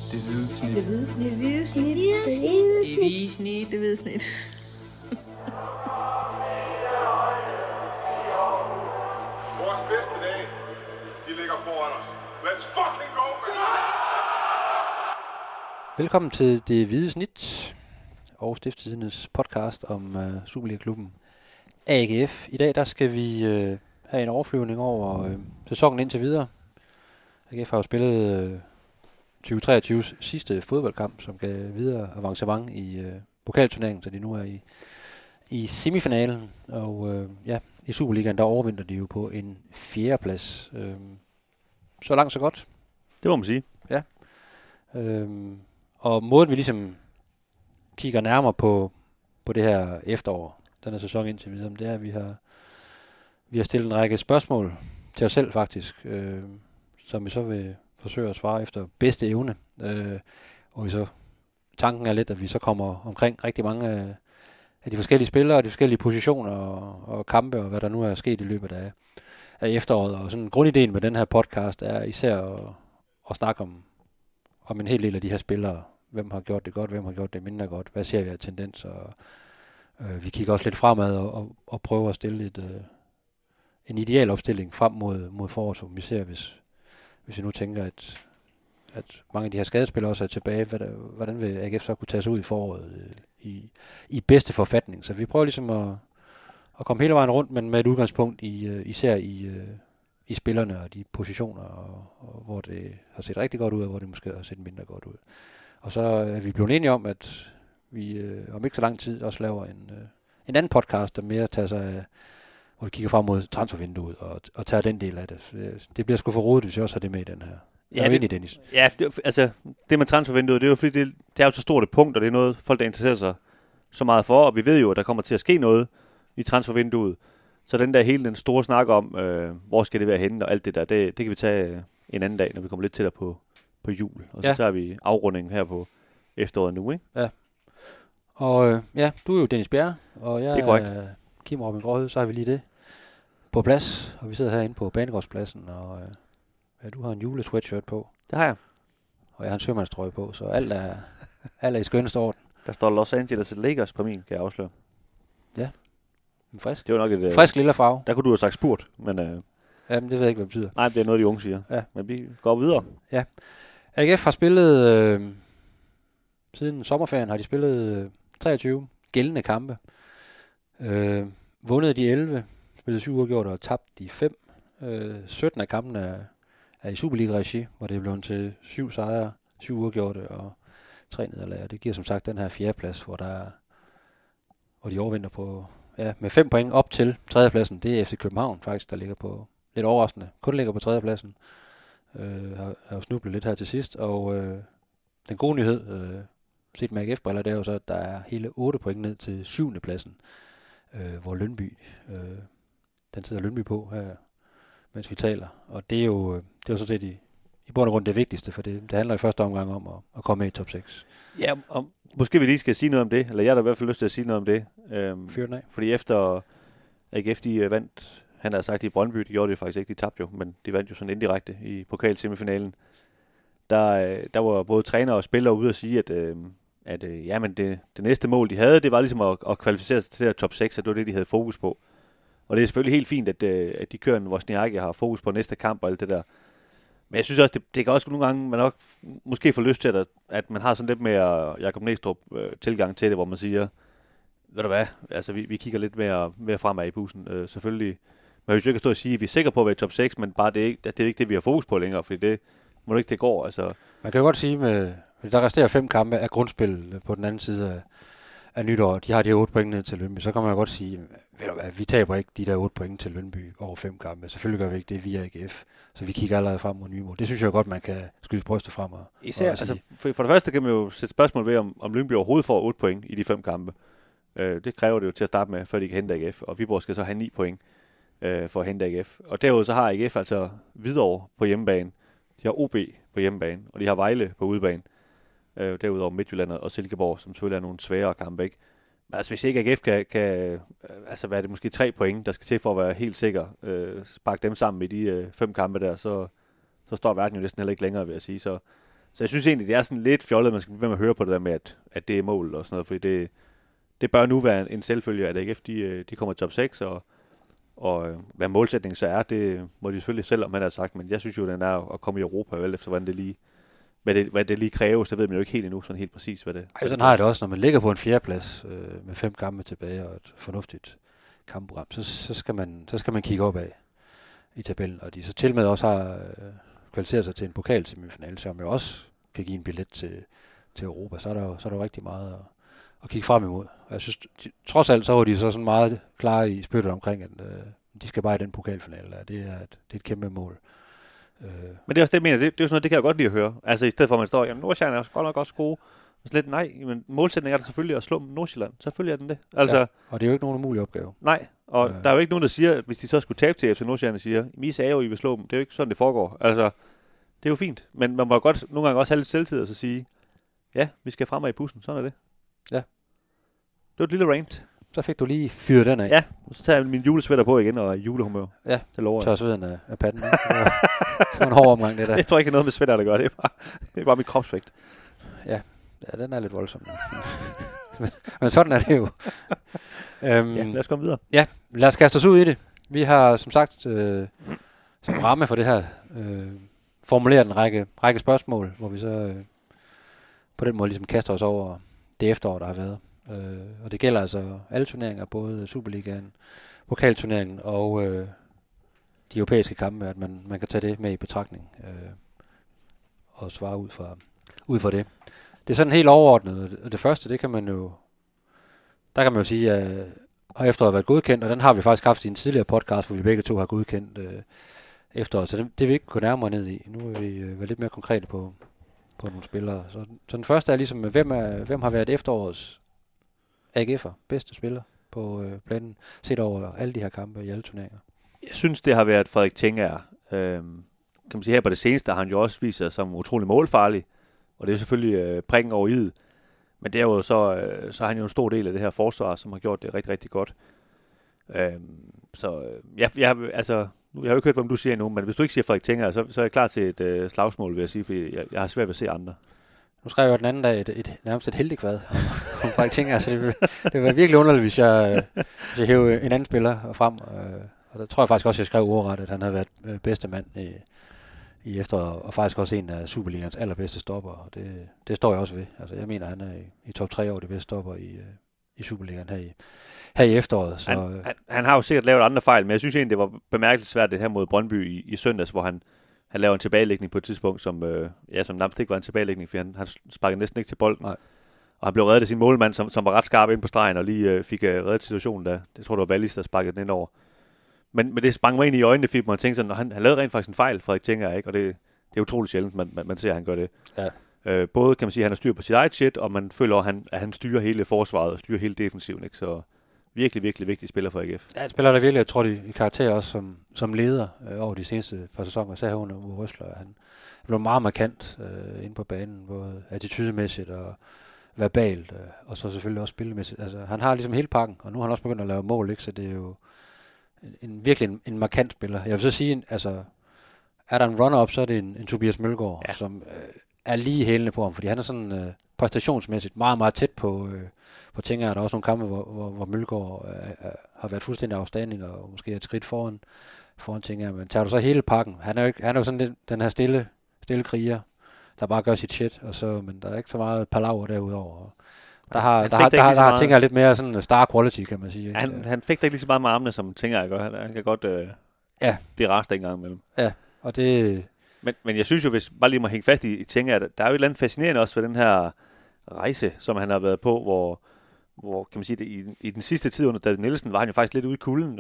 Det hvide snit. Det hvide snit. Det hvide snit. Det hvide snit. Det hvide snit. Det hvide snit. Vores bedste dage, de ligger foran os. Let's fucking go, man! Velkommen til Det Hvide Snit og Stiftstidendes podcast om Superliga-klubben AGF. I dag der skal vi have en overflyvning over sæsonen indtil videre. AGF har jo spillet 2023's sidste fodboldkamp, som gav videre avancement i pokalturneringen, så de nu er i semifinalen. Og i Superligaen der overvinder de jo på en 4. plads. Så langt så godt. Det må man sige. Ja. Og måden vi ligesom kigger nærmere på det her efterår, den her sæson indtil videre, det er, at vi har stillet en række spørgsmål til os selv faktisk, som vi så vil forsøge at svare efter bedste evne. Og vi så, tanken er lidt, at vi så kommer omkring rigtig mange af de forskellige spillere, de forskellige positioner og kampe, og hvad der nu er sket i løbet af efteråret. Og sådan grundideen med den her podcast er især at snakke om en hel del af de her spillere. Hvem har gjort det godt, hvem har gjort det mindre godt, hvad ser vi af tendenser. Vi kigger også lidt fremad og prøver at stille en ideal opstilling frem mod foråret, som vi ser, hvis vi nu tænker, at mange af de her skadespillere også er tilbage. Hvordan vil AGF så kunne tage sig ud i foråret i bedste forfatning? Så vi prøver ligesom at komme hele vejen rundt, men med et udgangspunkt især i spillerne og de positioner, og hvor det har set rigtig godt ud, og hvor det måske har set mindre godt ud. Og så er vi blevet enige om, at vi om ikke så lang tid også laver en anden podcast, der mere tager sig af, hvor vi kigger frem mod transfervinduet og tager den del af det. Det bliver sgu for rodet, hvis vi også har det med i den her. Ja, det, Dennis. Ja, det med transfervinduet, det er jo fordi, det er jo så stort et punkt, og det er noget, folk der interesserer sig så meget for, og vi ved jo, at der kommer til at ske noget i transfervinduet. Så hele den store snak om, hvor skal det være henne, og alt det der, det kan vi tage en anden dag, når vi kommer lidt tættere på jul. Og så tager vi afrundingen her på efteråret nu, ikke? Ja. Og du er jo Dennis Bjerre, og jeg er Kim Robin Gråhøj, så har vi lige det på plads. Og vi sidder herinde på Banegårdspladsen, og du har en julesweatshirt på. Det har jeg. Og jeg har en sømandstrøje på, så alt er i skønneste orden. Der står Los Angeles Lakers på min, kan jeg afsløre. Ja. En frisk. Det var nok et frisk lille farve. Der kunne du have sagt spurt, men jamen, det ved jeg ikke, hvad det betyder. Nej, det er noget, de unge siger. Ja. Men vi går videre. Ja. AGF har spillet siden sommerferien har de spillet 23 gældende kampe. Vundet de 11, spillet 7 uafgjort og tabt de 5. 17 af kampene er i Superliga-regi, hvor det er blevet til 7 sejre, 7 uafgjorte og 3 nederlag. Det giver som sagt den her 4. plads, hvor de overvinder på med 5 point op til 3. pladsen. Det er FC København faktisk, der ligger på lidt overraskende. Kun ligger på 3. pladsen. Har jo snublet lidt her til sidst. Og den gode nyhed, set med AGF-briller, det er jo så, at der er hele 8 point ned til 7. pladsen. Hvor Lyngby, den sidder Lyngby på her, mens vi taler. Og det er jo så set i bund og grund det vigtigste, for det handler i første omgang om at komme med i top 6. Ja, og måske vi lige skal sige noget om det, eller jeg har da i hvert fald lyst til at sige noget om det. Fyr den af. Fordi efter AGF de vandt, han havde sagt i Brøndby, de gjorde det faktisk ikke, de tabte jo, men de vandt jo sådan indirekte i pokalsemifinalen. Der var både træner og spillere ude at sige, at jamen det næste mål, de havde, det var ligesom at kvalificere sig til det her top 6, og det var det, de havde fokus på. Og det er selvfølgelig helt fint, at de kører en Wozniacki har fokus på næste kamp og alt det der. Men jeg synes også, det kan også nogle gange, man nok måske få lyst til, at man har sådan lidt mere Jakob Næstrup tilgang til det, hvor man siger, ved du hvad, altså vi kigger lidt mere fremad i bussen. Selvfølgelig, man vil jo ikke stå og sige, at vi er sikre på at være i top 6, men bare det er ikke det, vi har fokus på længere, fordi det må det ikke det går. Altså. Man kan jo godt sige, at der resterer 5 kampe af grundspil på den anden side af nytår. De har de her 8 point ned til Lyngby. Så kan man jo godt sige, ved du hvad, vi taber ikke de der 8 point til Lyngby over 5 kampe. Selvfølgelig gør vi ikke det via AGF. Så vi kigger allerede frem mod nye mål. Det synes jeg godt, man kan skyde brystet frem. Især, altså, for det første kan man jo sætte spørgsmål ved, om Lyngby overhovedet får 8 point i de 5 kampe. Det kræver det jo til at starte med, før de kan hente AGF. Og Viborg skal så have 9 point for at hente AGF. Og derudover så har AGF altså Hvidovre på hjemmebane. De har OB på hjemmebane, og de har Vejle på udebane. Derudover Midtjylland og Silkeborg, som selvfølgelig er nogle sværere kampe, ikke? Men altså, hvis ikke AGF kan altså, hvad er det, måske 3 point, der skal til for at være helt sikker, sparke dem sammen i de 5 kampe der, så står verden jo næsten heller ikke længere, vil jeg sige. Så Så jeg synes egentlig, det er sådan lidt fjollet, at man skal blive ved med at høre på det der med, at det er mål og sådan noget, fordi det bør nu være en selvfølge, at AGF de kommer til top 6, og hvad målsætningen så er, det må de selvfølgelig selv om man har sagt, men jeg synes jo, den er at komme i Europa, vel efter hvordan det lige, hvad det lige kræves, det ved man jo ikke helt endnu, sådan helt præcis, hvad det... Sådan har jeg det også, når man ligger på en fjerdeplads med 5 kampe tilbage og et fornuftigt kampprogram, så skal man kigge opad i tabellen, og de så til med også har kvalificeret sig til en pokalsemifinale, som jo også kan give en billet til Europa, så er der jo rigtig meget at kigge frem imod. Og jeg synes, trods alt så var de så sådan meget klare i spyttet omkring, at de skal bare i den pokalfinale, og det er et kæmpe mål. Men det er også det, jeg mener, det er jo sådan noget, det kan jeg godt lide at høre. Altså i stedet for, at man står, jamen Nordsjælland er også godt nok også gode, og så lidt nej, men målsætningen er der selvfølgelig at slå Nordsjælland. Selvfølgelig er den det. Altså, ja, og det er jo ikke nogen umulig opgave. Nej, og der er jo ikke nogen, der siger, hvis de så skulle tabe til FC Nordsjælland, siger, I sagde jo, I vil slå dem. Det er jo ikke sådan, det foregår. Altså, det er jo fint, men man må godt nogle gange også have lidt selvtid og så sige, ja, vi skal fremad i bussen, sådan er det. Ja. Det var et lille rant. Så fik du lige fyret den af. Ja, så tager jeg min julesvætter på igen og julehumør. Ja, det lover jeg. Tør sveden af patten. Det var en hård omgang, det der. Jeg tror ikke, det er noget med svætter, der gør det. Det er bare mit kropsvægt. Ja, den er lidt voldsom. Men sådan er det jo. Ja, lad os komme videre. Ja, lad os kaste os ud i det. Vi har som sagt som ramme for det her formuleret en række spørgsmål, hvor vi så på den måde ligesom kaster os over det efterår, der har været. Og det gælder altså alle turneringer, både Superligaen, pokalturneringen og de europæiske kampe, at man kan tage det med i betragtning og svare ud fra det. Det er sådan helt overordnet, og det første, det kan man jo, der kan man jo sige, at efteråret har været godkendt, og den har vi faktisk haft i en tidligere podcast, hvor vi begge to har godkendt efteråret, så det vil vi ikke gå nærmere ned i. Nu vil vi være lidt mere konkrete på nogle spillere. Så den første er ligesom, hvem har været efterårets AGF'er, bedste spiller på planen, set over alle de her kampe i alle turneringer? Jeg synes, det har været Frederik Tengager. Kan man sige, her på det seneste har han jo også vist sig som utrolig målfarlig, og det er selvfølgelig prikken over i'et. Men det er jo så har han jo en stor del af det her forsvar, som har gjort det rigtig, rigtig godt. Jeg har jo ikke hørt, hvad du siger endnu, men hvis du ikke siger Frederik Tengager, så er jeg klar til et slagsmål, vil jeg sige, fordi jeg har svært ved at se andre. Nu skrev jeg den anden dag nærmest et heldigkvad om Frederik Tengager, så det var virkelig underligt, hvis jeg hævde en anden spiller frem. Og der tror jeg faktisk også, jeg skrev ordret, at han havde været bedste mand i efteråret, og faktisk også en af Superligans allerbedste stopper, og det står jeg også ved. Altså jeg mener, han er i top 3 år det bedste stopper i Superligaen her i efteråret. Så han har jo sikkert lavet andre fejl, men jeg synes egentlig, det var bemærkelsesværdigt det her mod Brøndby i søndags, hvor han laver en tilbagelægning på et tidspunkt, som nærmest ikke var en tilbagelægning, for han sparkede næsten ikke til bolden. Nej. Og han blev reddet af sin målmand, som var ret skarp ind på stregen, og lige fik reddet situationen der. Det tror jeg, det var Wallis, der sparkede den ind over. Men det sprang mig ind i øjnene, fordi man tænkte sådan, han lavede rent faktisk en fejl, Frederik Tengager, ikke? Og det er utroligt sjældent, man ser, at han gør det. Ja. Både kan man sige, at han har styr på sit eget shit, og man føler, at han styrer hele forsvaret og styrer hele defensiven, ikke? Så virkelig, virkelig vigtig spiller for AGF. Ja, han spiller der virkelig, jeg tror, i karakter også som leder over de seneste par sæsoner, så her under Uwe Røsler. Han blev meget markant inde på banen, både attitudemæssigt og verbalt, og så selvfølgelig også spillemæssigt. Altså, han har ligesom hele pakken, og nu har han også begyndt at lave mål, ikke? Så det er jo virkelig en markant spiller. Jeg vil så sige, altså, er der en runner-up, så er det en Tobias Mølgaard, ja, som er lige hælende på ham, fordi han er sådan præstationsmæssigt meget, meget tæt på Tengager. Der er også nogle kampe, hvor Mølgaard har været fuldstændig afstanding, og måske et skridt foran Tengager. Men tager du så hele pakken, han er jo sådan lidt den her stille kriger, der bare gør sit shit, men der er ikke så meget palaver derudover. Der har Tengager lidt mere sådan star quality, kan man sige. Ja, han fik da ikke lige så meget med armene, som Tengager gør. Han kan godt blive rast en gang imellem. Ja, og det... Men jeg synes jo, hvis bare lige må hænge fast i Tengager, der er jo et eller andet fascinerende også ved den her rejse, som han har været på, hvor kan man sige, det, i den sidste tid under David Nielsen, var han jo faktisk lidt ude i kulden,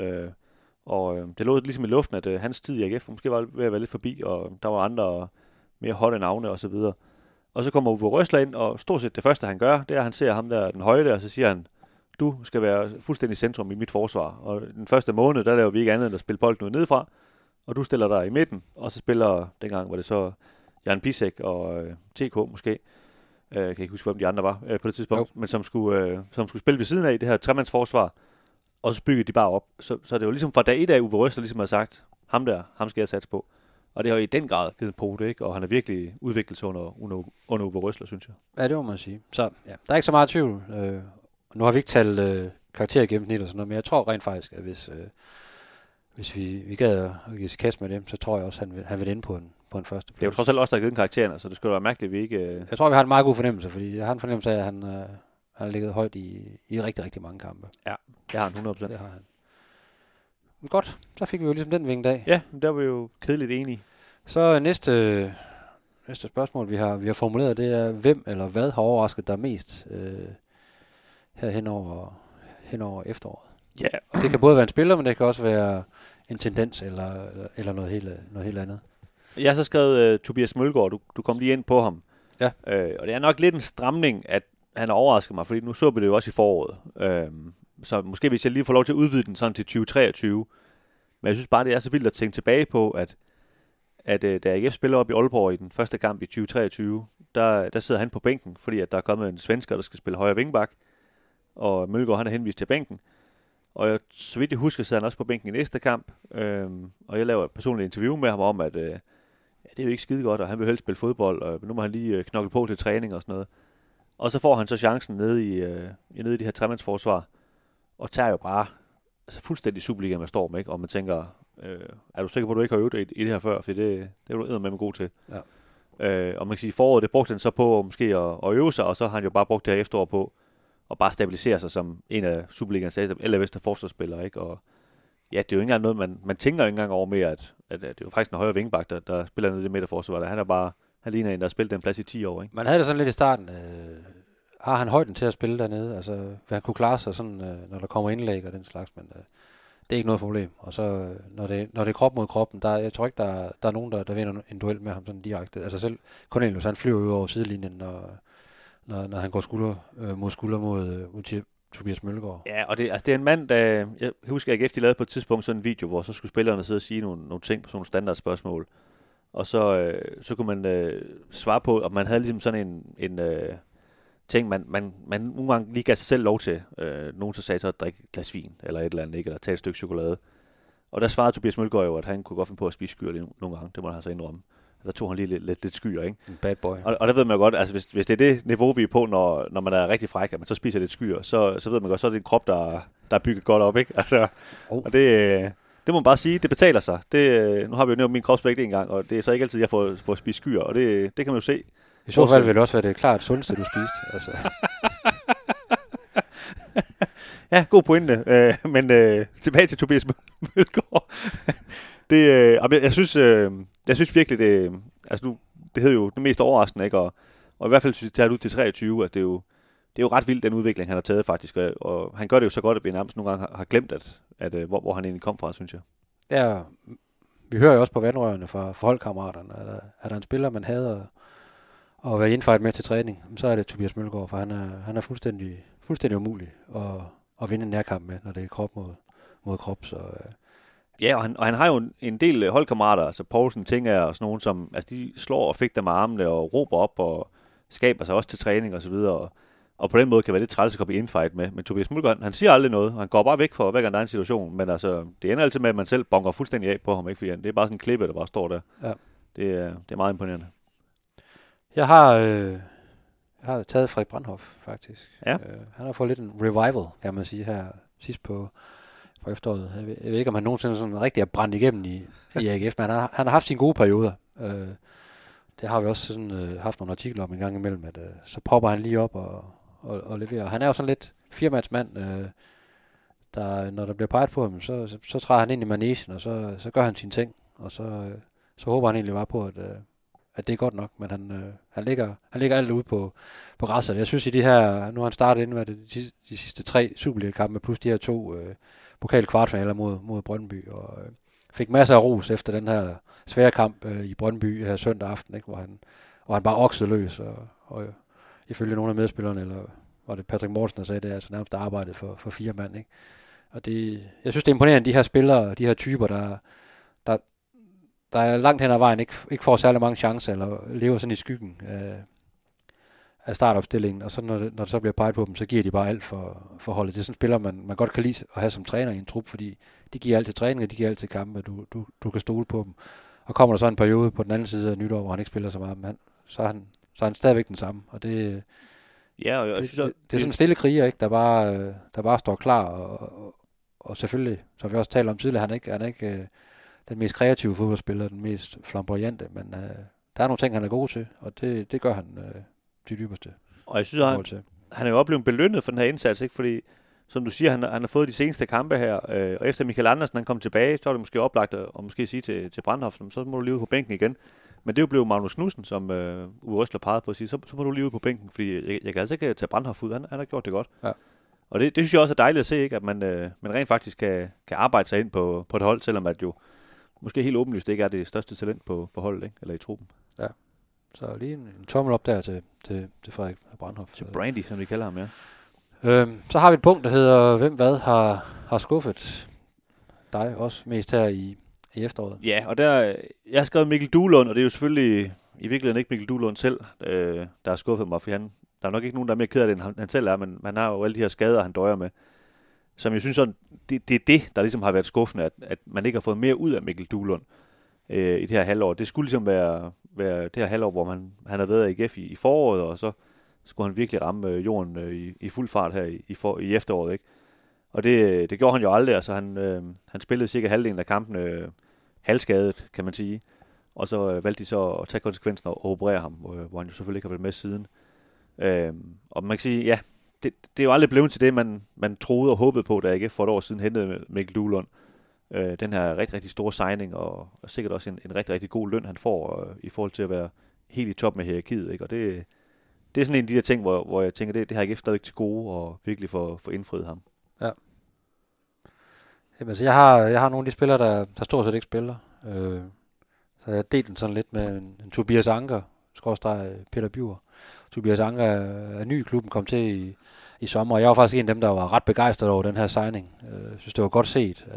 og det lå ligesom i luften, at hans tid i AGF måske var ved at være lidt forbi, og der var andre mere hotte navne og så videre. Og så kommer Uwe Røsler ind, og stort set det første, han gør, det er, at han ser ham der, den høje der, og så siger han, du skal være fuldstændig centrum i mit forsvar. Og den første måned, der laver vi ikke andet end at spille bolden ud nedefra, og du stiller dig i midten, og så spiller, dengang var det så Jan Pisek og TK måske, kan ikke huske, hvem de andre var på det tidspunkt, men som skulle spille ved siden af det her tremandsforsvar, og så byggede de bare op. Så det var ligesom fra dag 1 af Uwe Røsler ligesom har sagt, ham skal jeg satse på. Og det har i den grad givet på det, ikke? Og han har virkelig udviklet sig under Uwe Røsler, synes jeg. Ja, det må man sige. Så ja, der er ikke så meget tvivl. Nu har vi ikke talt karaktergennemsnit og sådan noget, men jeg tror rent faktisk, at hvis vi gad at give sig kast med dem, så tror jeg også, at han vil inde på en første plads. Det er jo trods alt også, der har givet en karakteren, så det skulle være mærkeligt, at vi ikke... Jeg tror, vi har en meget god fornemmelse, fordi jeg har en fornemmelse af, at han har ligget højt i rigtig, rigtig mange kampe. Ja, det har han 100%. Det har han. Men godt, så fik vi jo ligesom den vinge dag. Ja, der var vi jo kedeligt enige. Så næste spørgsmål, vi har formuleret, det er, hvem eller hvad har overrasket dig mest her henover efteråret? Ja. Og det kan både være en spiller, men det kan også være en tendens eller noget helt andet. Jeg har så skrevet Tobias Mølgaard, du kom lige ind på ham. Ja. Og det er nok lidt en stramning, at han har overrasket mig, fordi nu så vi det jo også i foråret. Så måske hvis jeg lige får lov til at udvide den sådan til 2023. Men jeg synes bare, det er så vildt at tænke tilbage på, at da AGF spiller op i Aalborg i den første kamp i 2023, der sidder han på bænken, fordi at der er kommet en svensker, der skal spille højre vingbak, og Mølgaard han er henvist til bænken. Og så vidt jeg husker, sidder han også på bænken i næste kamp, og jeg laver et personligt interview med ham om, at det er jo ikke skide godt, og han vil helst spille fodbold, og nu må han lige knokle på til træning og sådan noget. Og så får han så chancen nede i det her tremandsforsvar, og tager jo bare fuldstændig Superliga med storm, ikke? Og man tænker, er du sikker på, at du ikke har øvet i det her før? For det er du eddermame god til. Ja. Og man kan sige, foråret, det brugte han så på måske at øve sig, og så har han jo bare brugt det her efterår på at bare stabilisere sig som en af Superligans allerbedste forsvarsspillere, ikke? Og ja, det er jo ikke engang noget, man tænker ikke engang over mere, at det er jo faktisk en højre vingbak, der spiller nede i det midterforsvar. Han ligner en, der har spillet den plads i 10 år, ikke? Man havde det sådan lidt i starten. Har han højden til at spille dernede? Altså, vil han kunne klare sig sådan, når der kommer indlæg og den slags, men det er ikke noget problem. Og så, når det er krop mod kroppen, jeg tror ikke, der er nogen, der vinder en duel med ham sådan direkte. Altså selv Cornelius, han flyver ud over sidelinjen, når han går skulder mod skulder mod Tobias Mølgaard. Ja, og det er en mand, der... Jeg husker, at AGF de lavede på et tidspunkt sådan en video, hvor så skulle spillerne sidde og sige nogle ting på sådan nogle standardspørgsmål. Og så kunne man svare på, og man havde ligesom sådan en ting, man nogle gange lige gav sig selv lov til. Nogen så sagde så at drikke et glas vin, eller et eller andet, ikke? Eller tage et stykke chokolade. Og der svarede Tobias Mølgaard jo, at han kunne godt finde på at spise skyer nogle gange. Det må han så indrømme. Der tog han lige lidt skyer, ikke? Bad boy. Og der ved man godt, altså hvis det er det niveau, vi er på, når man er rigtig fræk, at man så spiser lidt skyer, så ved man godt, så er det en krop, der er bygget godt op, ikke? Altså, og det må man bare sige, det betaler sig. Nu har vi jo nævnt min kropsvægt en gang, og det er så ikke altid, jeg får spist skyer, og det kan man jo se. I så fald vil det også være det klart sundeste, du spiste. Altså. Ja, god pointe. Men tilbage til Tobias Mølgaard. Jeg synes virkelig, det hedder jo det mest overraskende, ikke? Og i hvert fald, hvis vi tager det ud til 23, at det er jo ret vildt, den udvikling, han har taget faktisk. Og han gør det jo så godt, at vi nærmest nogle gange har glemt, hvor han egentlig kom fra, synes jeg. Ja, vi hører jo også på vandrørene fra holdkammeraterne, at der en spiller, man hader at være indfejret med til træning, så er det Tobias Mølgaard, for han er fuldstændig umulig at vinde en nærkamp med, når det er krop mod krop. Så, Ja, og han har jo en del holdkammerater, altså Poulsen, Tinger og sådan nogen, som altså, de slår og fægter med armene og råber op og skaber sig også til træning og så videre. Og på den måde kan være lidt træls at komme i infight med. Men Tobias Mølgaard, han siger aldrig noget. Han går bare væk fra hver gang der er en situation. Men altså, det ender altid med, at man selv bonker fuldstændig af på ham, ikke? Fordi det er bare sådan en klippe, der bare står der. Ja. Det er meget imponerende. Jeg har taget Frederik Brandhoff, faktisk. Ja. Han har fået lidt en revival, kan man sige, her sidst på efteråret. Jeg ved ikke, om han nogensinde sådan rigtig er brændt igennem i AGF, men han har haft sine gode perioder. Det har vi også sådan, haft nogle artikler om en gang imellem, at så popper han lige op og leverer. Han er jo sådan lidt firmandsmand, der, når der bliver peget på ham, så træder han ind i manegen, og så gør han sine ting, og så håber han egentlig bare på, at det er godt nok, men han ligger alt ude på græsset. Jeg synes i de her, nu har han startet inden de sidste 3 Superliga-kampe, plus de her 2 pokal kvartfinaler mod Brøndby, og fik masser af ros efter den her svære kamp i Brøndby her søndag aften, ikke, hvor han bare oksede løs, og ifølge nogle af medspillerne, eller var det Patrick Mortensen, der sagde det, altså nærmest arbejdet for 4 mand, ikke? Og jeg synes, det er imponerende, de her spillere, de her typer, der er langt hen ad vejen, ikke får særlig mange chancer, eller lever sådan i skyggen af startopstillingen, og så når det så bliver peget på dem, så giver de bare alt for holdet. Det er sådan spiller, man godt kan lide at have som træner i en trup, fordi de giver alt til træning, og de giver alt til kampe, du kan stole på dem. Og kommer der så en periode på den anden side af nytår, hvor han ikke spiller så meget, men så er han stadigvæk den samme. Og det, ja, og jeg synes, det er sådan en stille kriger, ikke? Der bare står klar, og selvfølgelig, som vi også talte om tidligere, han er ikke den mest kreative fodboldspiller, den mest flamboyante, men der er nogle ting, han er god til, og det gør han det dybeste. Og jeg synes, han er jo oplevet belønnet for den her indsats, ikke? Fordi, som du siger, han har fået de seneste kampe her, og efter Michael Andersen han kom tilbage, så er det måske oplagt at måske sige til Brandhoff, så må du lige ud på bænken igen. Men det er jo blevet Magnus Knudsen, som Uwe Røsler pegede på at sige, så må du lige ud på bænken, fordi jeg kan altså ikke tage Brandhoff ud, han har gjort det godt. Ja. Og det synes jeg også er dejligt at se, ikke? At man rent faktisk kan arbejde sig ind på et hold, selvom at jo måske helt åbenlyst ikke er det største talent på holdet, ikke? Eller i truppen. Ja, så lige en tommel op der til Frederik Brandhoff. Til Brandy, som vi kalder ham, ja. Så har vi et punkt, der hedder, hvem hvad har skuffet dig også mest her i efteråret? Ja, og jeg har skrevet Mikkel Duelund, og det er jo selvfølgelig i virkeligheden ikke Mikkel Duelund selv, der har skuffet mig, for der er nok ikke nogen, der er mere ked af det, end han selv er, men han har jo alle de her skader, han døjer med. Som jeg synes, det er det, der ligesom har været skuffende, at man ikke har fået mere ud af Mikkel Duelund i det her halvår. Det skulle ligesom være det her halvår, hvor han har været i AGF i foråret, og så skulle han virkelig ramme jorden i fuld fart her i efteråret, ikke? Og det gjorde han jo aldrig. Altså han spillede cirka halvdelen af kampene halvskadet, kan man sige. Og så valgte de så at tage konsekvensen og operere ham, hvor han jo selvfølgelig ikke har været med siden. Og man kan sige, ja, det er jo aldrig blevet til det, man troede og håbede på, da AGF for et år siden hentede Mikkel Duelund. Den her rigtig, rigtig store signing, og sikkert også en rigtig, rigtig god løn, han får i forhold til at være helt i top med hierarkiet, ikke? Og det er sådan en af de der ting, hvor jeg tænker, det har AGF stadig til gode, og virkelig få indfriet ham. Ja. Jamen, altså, jeg har nogle af de spillere, der stort set ikke spiller. Så jeg delte den sådan lidt med en Tobias Anker, Peter Bjur. Tobias Anker er ny i klubben, kom til i sommer, og jeg var faktisk en af dem, der var ret begejstret over den her signing. Jeg synes, det var godt set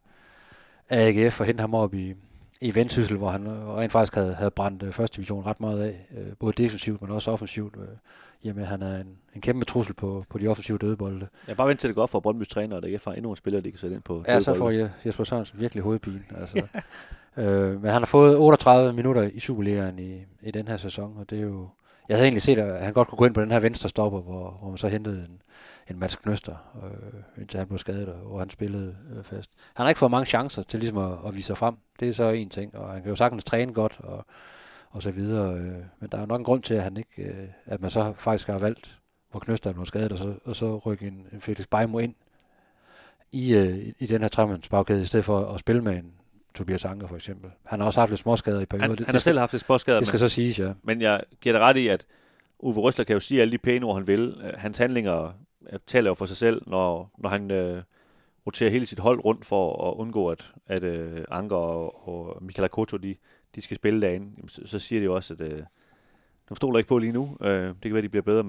af AGF at hente ham op i Vendsyssel, hvor han rent faktisk havde brændt første division ret meget af, både defensivt, men også offensivt, i og med at han er en kæmpe trussel på de offensive dødebolde. Jeg bare venter til det går for Brøndbys træner, og det ikke får endnu en spiller, de kan sætte ind på dødebolde. Ja, så får Jesper Sørensen virkelig hovedpine. Altså. Men han har fået 38 minutter i Superligaen i den her sæson, og det er jo... Jeg havde egentlig set, at han godt kunne gå ind på den her venstre stopper, hvor man så hentede en Mats Knøster, indtil han blev skadet, og hvor han spillede fast. Han har ikke fået mange chancer til ligesom at vise sig frem. Det er så en ting, og han kan jo sagtens træne godt og så videre. Men der er nok en grund til, at han ikke, at man så faktisk har valgt, hvor Knøster er blevet skadet, og så rykke en Felix Beijmo ind i den her tremandsbagkæde, i stedet for at spille med en Tobias Anker for eksempel. Han har også haft lidt småskader i perioder. Han har selv haft lidt småskader. Det skal så siges, ja. Men jeg giver dig ret i, at Uwe Røsler kan jo sige alle de pæne ord, han vil. Hans handlinger taler jo for sig selv, når han roterer hele sit hold rundt for at undgå, at Anker og Michael Akoto, de skal spille derinde. Så siger de jo også, at de stoler ikke på lige nu. Det kan være, de bliver bedre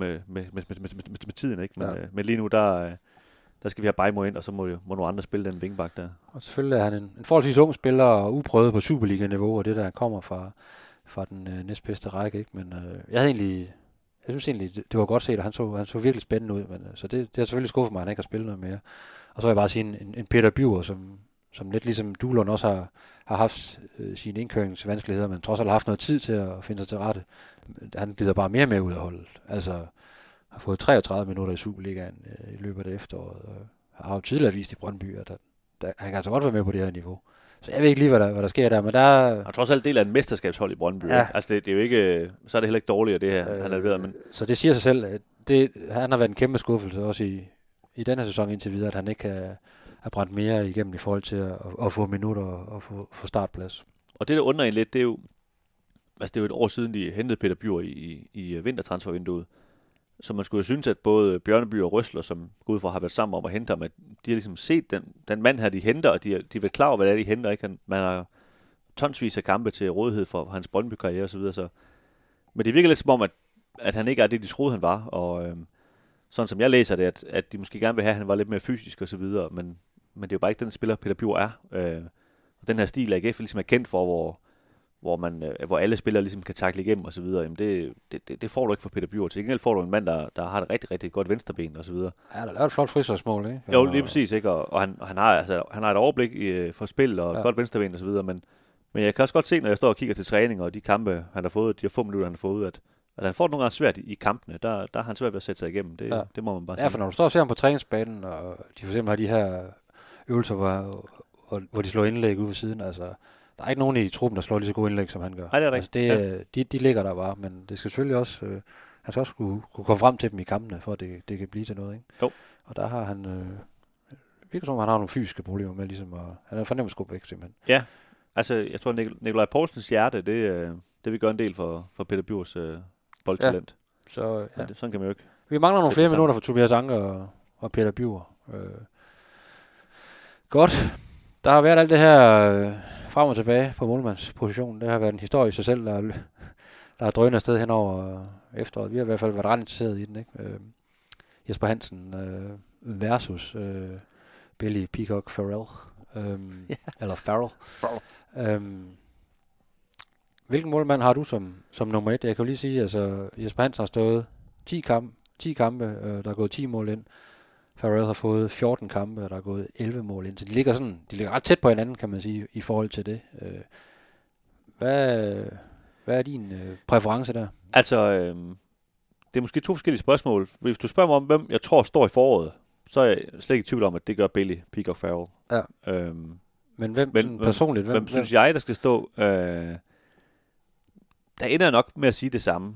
med tiden, ikke? Men lige nu, der skal vi have Beijmo ind, og så må nogle andre spille den vingbak der. Og selvfølgelig er han en forholdsvis ung spiller, og uprøvet på Superliga-niveau, og det der kommer fra den næstbedste række, ikke? Men jeg synes egentlig, det var godt set, og han så virkelig spændende ud, men så det har selvfølgelig skuffet mig, at han ikke har spillet noget mere. Og så vil jeg bare sige en Peter Bjur, som lidt ligesom Duelund også har haft sine indkøringsvanskeligheder, men trods alt har haft noget tid til at finde sig til rette. Han glider bare mere med ud af holdet. Altså har fået 33 minutter i Superligaen i løbet af det efteråret, og har jo tidligere vist i Brøndby, at han kan altså godt være med på det her niveau. Så jeg ved ikke lige, hvad der sker der, men der... Han er trods alt del af en mesterskabshold i Brøndby. Ja. Altså det er jo ikke... Så er det heller ikke dårligt, det her, han er ved. Men... Så det siger sig selv, at han har været en kæmpe skuffelse, også i den her sæson indtil videre, at han ikke har brændt mere igennem i forhold til at få minutter og få startplads. Og det, der undrer en lidt, det er jo... Altså det er jo et år siden, de hentede Peter Bjur i vintertransfervinduet. Så man skulle jo synes, at både Bjørneby og Røsler, som går ud fra har været sammen om at hente ham, at de har ligesom set den mand her, de henter, og de er vel klar over, hvad det er, de henter. Ikke? Man har tonsvis af kampe til rådighed for hans Brøndby-karriere og så videre. Så. Men det virker lidt som om, at han ikke er det, de troede, han var. Og sådan som jeg læser det, at de måske gerne vil have, at han var lidt mere fysisk og så videre. Men det er jo bare ikke den spiller, Peter Bjur er. Og den her stil, AGF ligesom er kendt for, hvor alle spillere ligesom kan takle igennem og så videre, jamen det får du ikke for Peter Bjur. Til gengæld får du en mand, der har et rigtig, rigtig godt venstreben og så videre. Ja, der er et flot frisvarsmål, ikke? Jo, lige præcis, ikke? Og han har et overblik for spil og et godt venstreben og så videre, men Men jeg kan også godt se, når jeg står og kigger til træning, og de kampe, han har fået, de få minutter, han har fået, at han får nogle gange svært i kampene. Der har han svært ved at sætte sig igennem. Det må man bare sige. Ja, for når du står og ser ham på træningsbanen, og de for eksempel har de her øvelser, hvor de slår indlæg ud ved siden, altså, der er ikke nogen i truppen, der slår lige så gode indlæg, som han gør. Nej, det er rigtigt. Altså, de ligger der bare, men det skal selvfølgelig også, han skal også kunne komme frem til dem i kampene, for at det kan blive til noget, ikke? Jo. Og der har han, virker som, han har nogle fysiske problemer med, ligesom, han er fornemt skub væk, simpelthen. Ja, altså, jeg tror, Nikolaj Poulsens hjerte, det vil gøre en del for Peter Bjurs boldtalent. Ja. Så, ja. Sådan kan man jo ikke. Vi mangler nogle flere minutter for Tobias Anker og Peter Bjur. Godt. Der har været alt det her frem og tilbage på målmandspositionen. Det har været en historie i sig selv, der har drønet afsted hen over efteråret. Vi har i hvert fald været ret interesseret i den, ikke? Jesper Hansen versus Billy Peacock Farrell. Eller Farrell. Hvilken målmand har du som nummer 1? Jeg kan jo lige sige, altså Jesper Hansen har stået 10 kampe, der er gået 10 mål ind. Farrell har fået 14 kampe, og der er gået 11 mål ind. Så de ligger ret tæt på hinanden, kan man sige, i forhold til det. Hvad er din præference der? Altså, det er måske 2 forskellige spørgsmål. Hvis du spørger mig om, hvem jeg tror står i foråret, så er jeg slet ikke i tvivl om, at det gør Billy Peacock Farrell. Ja. Men hvem personligt? Hvem synes jeg, der skal stå? Der ender jeg nok med at sige det samme.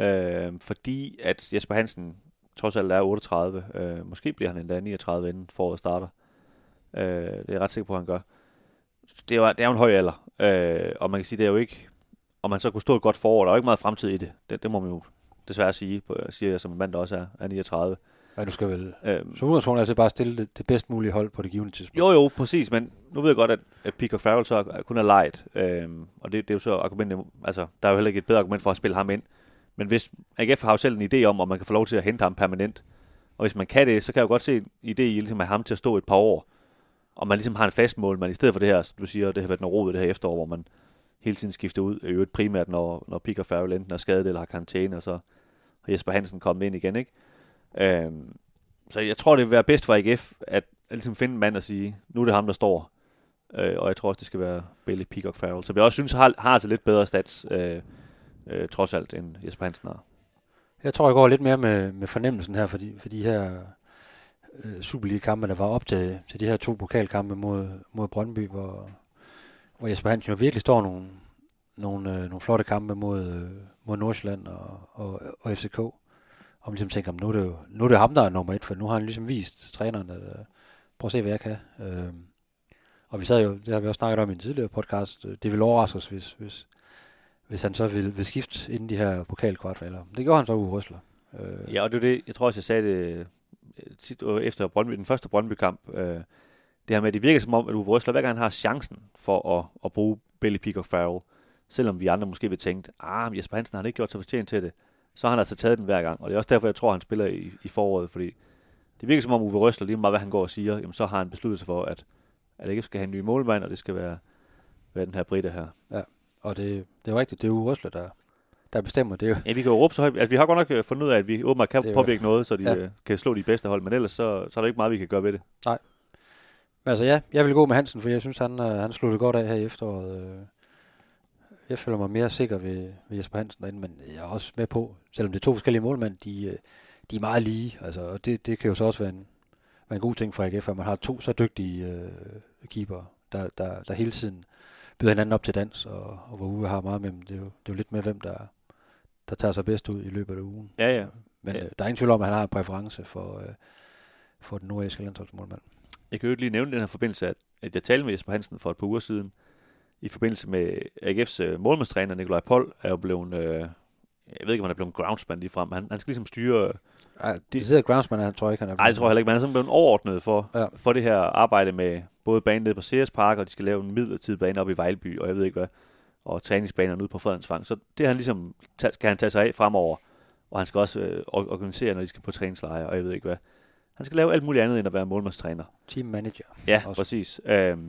Fordi at Jesper Hansen trods alt er 38. Måske bliver han endda 39, inden foråret starter. Det er jeg ret sikker på, at han gør. Det er jo en høj alder. Og man kan sige, det er jo ikke... Og man så kunne stå et godt forår. Der er jo ikke meget fremtid i det. Det må man jo desværre sige. Siger jeg som en mand, der også er 39. Ja, du skal vel... Så udgangspunktet er altså bare stille det bedst mulige hold på det givende tidspunkt. Jo, præcis. Men nu ved jeg godt, at Peacock Farrell så kun er lejet. Og det er jo så argumentet... Altså, der er jo heller ikke et bedre argument for at spille ham ind. Men hvis AGF har jo selv en idé om man kan få lov til at hente ham permanent, og hvis man kan det, så kan jeg jo godt se en idé i ligesom at have ham til at stå et par år, og man ligesom har en fast mål, man i stedet for det her, du siger, det har været noget rod det her efterår, hvor man hele tiden skifter ud, i øvrigt primært, når Peacock Farrell enten er skadet eller har karantæne, og så har Jesper Hansen kommet ind igen, ikke? Så jeg tror, det vil være bedst for AGF, at ligesom finde en mand og sige, nu er det ham, der står, og jeg tror også, det skal være Billy Peacock Farrell, så jeg også synes, har altså lidt bedre stats, trods alt, end Jesper Hansen har. Jeg tror, jeg går lidt mere med fornemmelsen her, for de her Superliga-kampe, der var op til de her 2 pokalkampe mod Brøndby, hvor Jesper Hansen jo virkelig står nogle flotte kampe mod Nordsjælland og FCK. Og man ligesom tænker, nu er det ham, der er nummer 1, for nu har han ligesom vist træneren, at prøv at se, hvad jeg kan. Og vi sad jo, det har vi også snakket om i en tidligere podcast, det vil overraske os, hvis han så vil skifte inden de her pokalkvartfinaler. Det gjorde han så Uwe Røsler. Ja, og det er det, jeg tror også, jeg sagde det tit efter Brøndby, den første Brøndby-kamp. Det her med, at det virker som om, at Uwe Røsler hver gang han har chancen for at bruge Billy Peacock Farrell, selvom vi andre måske vil tænke, Jesper Hansen har ikke gjort sig fortjent til det, så har han altså taget den hver gang. Og det er også derfor, jeg tror, han spiller i foråret, fordi det virker som om Uwe Røsler, lige meget hvad han går og siger, jamen, så har han besluttet sig for, at ikke skal have en ny målmand, og det skal være den her Britte her. Ja. Og det er jo rigtigt, det er jo Røsler, der bestemmer det. Ja, vi kan jo råbe så højt. Altså, vi har godt nok fundet ud af, at vi åbenbart kan påvirke noget, så de kan slå de bedste hold, men ellers så er der ikke meget, vi kan gøre ved det. Nej. Men altså ja, jeg vil gå med Hansen, for jeg synes, han slog det godt af her i efteråret. Jeg føler mig mere sikker ved Jesper Hansen derinde, men jeg er også med på, selvom det er 2 forskellige målmænd, de er meget lige, altså, og det kan jo så også være en god ting for AGF, at man har 2 så dygtige keepere, der hele tiden byder hinanden op til dans, og hvor Uwe har meget med dem. Det er jo lidt med, hvem der tager sig bedst ud i løbet af ugen. Ja. Men der er ingen tvivl om, at han har en præference for den nordjyske landsholdsmålmand. Jeg kan jo lige nævne den her forbindelse, at jeg talte med Jesper Hansen for et par uger siden, i forbindelse med AGF's målmandstræner, Nikolaj Poul, er jo blevet, jeg ved ikke, om han er blevet groundsman lige frem. Han skal ligesom styre... De sidder groundsman, han tror ikke, han er blevet... Nej, det tror jeg heller ikke, men han er sådan blevet overordnet for det her arbejde med både banen nede på Ceres Park, og de skal lave en midlertidig bane op i Vejlby, og jeg ved ikke hvad, og træningsbanerne ude på Fredensvang. Så det han ligesom, skal han tage sig af fremover, og han skal også organisere, når de skal på træningslejre, og jeg ved ikke hvad. Han skal lave alt muligt andet, end at være målmandstræner. Team manager. Ja, også. Præcis.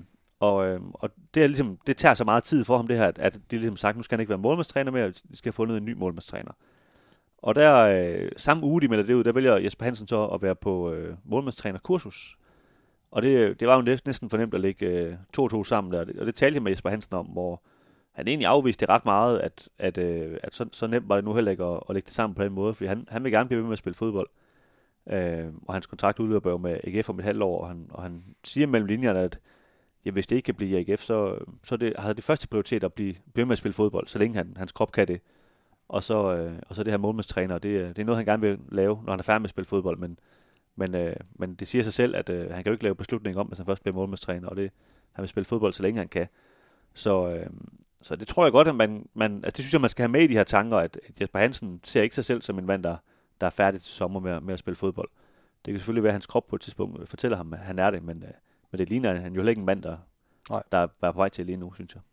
Og det er ligesom, det tager så meget tid for ham, det her, at det er ligesom sagt, nu skal han ikke være målmandstræner mere, de skal have fundet en ny målmandstræner. Og der, samme uge, de melder det ud, der vælger Jesper Hansen så at være på målmandstrænerkursus. Og det var jo næsten fornemt at lægge 2-2 sammen der, og det talte jeg med Jesper Hansen om, hvor han egentlig afviste det ret meget, at så nemt var det nu heller ikke at lægge det sammen på den måde, fordi han vil gerne blive ved med at spille fodbold. Og hans kontrakt udløber jo med AGF om et halvt år, og han siger mellem linjerne, at hvis det ikke kan blive AGF, så havde det første prioritet at blive ved med at spille fodbold, så længe hans krop kan det. Og så det her målmandstræner, det er noget, han gerne vil lave, når han er færdig med at spille fodbold, men det siger sig selv, at han kan jo ikke lave beslutning om, hvis han først bliver målmandstræner, og han vil spille fodbold, så længe han kan. Så det tror jeg godt, at man altså det synes jeg, man skal have med i de her tanker, at Jesper Hansen ser ikke sig selv som en mand, der er færdig til sommer med at spille fodbold. Det kan selvfølgelig være, at hans krop på et tidspunkt fortæller ham, at han er det, men det ligner han jo heller ikke en mand, der er på vej til lige nu, synes jeg.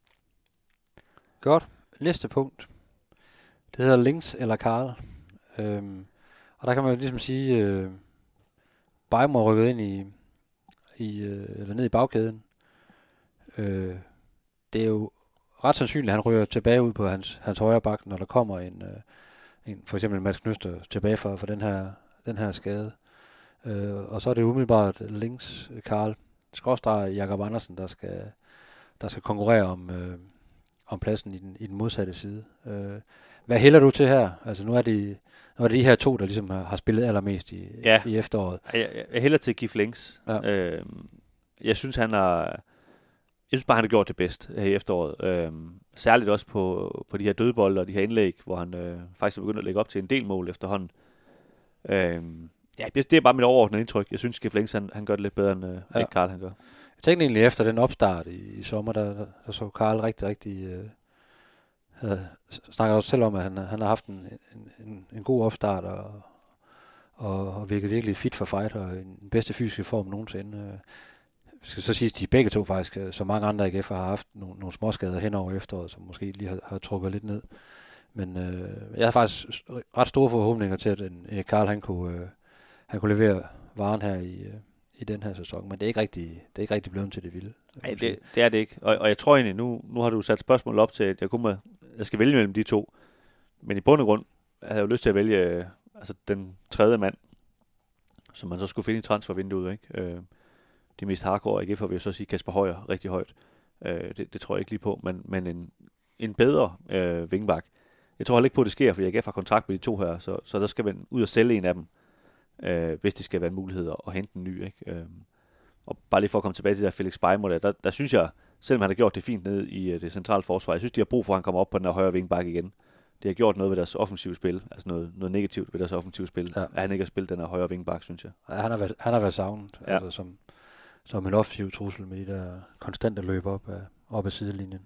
Godt. Næste punkt. Det hedder Links eller Karl. Og der kan man jo ligesom sige, Bajmo er rykket ind eller ned i bagkæden. Det er jo ret sandsynligt, at han ryger tilbage ud på hans højre bak, når der kommer en for eksempel Mads Knøster tilbage for den her skade. Og så er det umiddelbart Links Karl / Jakob Andersen, der skal konkurrere om pladsen i den modsatte side. Hvad hælder du til her? Altså nu er det de her to, der ligesom har spillet allermest i efteråret. Jeg hælder til Gif Links. Ja. Jeg synes bare, han har gjort det bedst her i efteråret. Særligt også på de her dødbolde og de her indlæg, hvor han faktisk er begyndt at lægge op til en del mål efterhånden. Det er bare mit overordnede indtryk. Jeg synes, Gif Links, han gør det lidt bedre, end Karl han gør. Jeg tænkte egentlig efter den opstart i sommer, der så Karl rigtig snakker også selv om, at han har haft en god opstart og virket virkelig fit for fight og den bedste fysiske form nogensinde. Skal så sige, at de begge to faktisk, så mange andre AGF'er har haft nogle småskader hen over efteråret, som måske lige har trukket lidt ned. Men jeg har faktisk ret store forhåbninger til, at Karl han kunne levere varen her i den her sæson, men det er ikke rigtig blevet til det vilde. Nej, det er det ikke. Og jeg tror egentlig, nu har du sat spørgsmål op til, at jeg skal vælge mellem de to. Men i bund og grund havde jeg jo lyst til at vælge den tredje mand, som man så skulle finde i transfervinduet, ikke? De mest hardcore AGF'er vil jeg så sige Kasper Højer rigtig højt. Det tror jeg ikke lige på, men en bedre vingbak. Jeg tror heller ikke på, at det sker, fordi AGF har kontrakt med de to her, så der skal man ud og sælge en af dem, hvis det skal være en mulighed at hente en ny, ikke? Og bare lige for at komme tilbage til der Felix Bajmo, der synes jeg, selvom han har gjort det fint ned i det centrale forsvar, jeg synes, de har brug for, at han kommer op på den her højre vingbak igen. Det har gjort noget ved deres offensive spil, altså noget negativt ved deres offensive spil, at han ikke har spillet den her højre vingbak, synes jeg. Ja, han har været savnet, altså som en offensiv trussel med de der konstante løb op ad sidelinjen.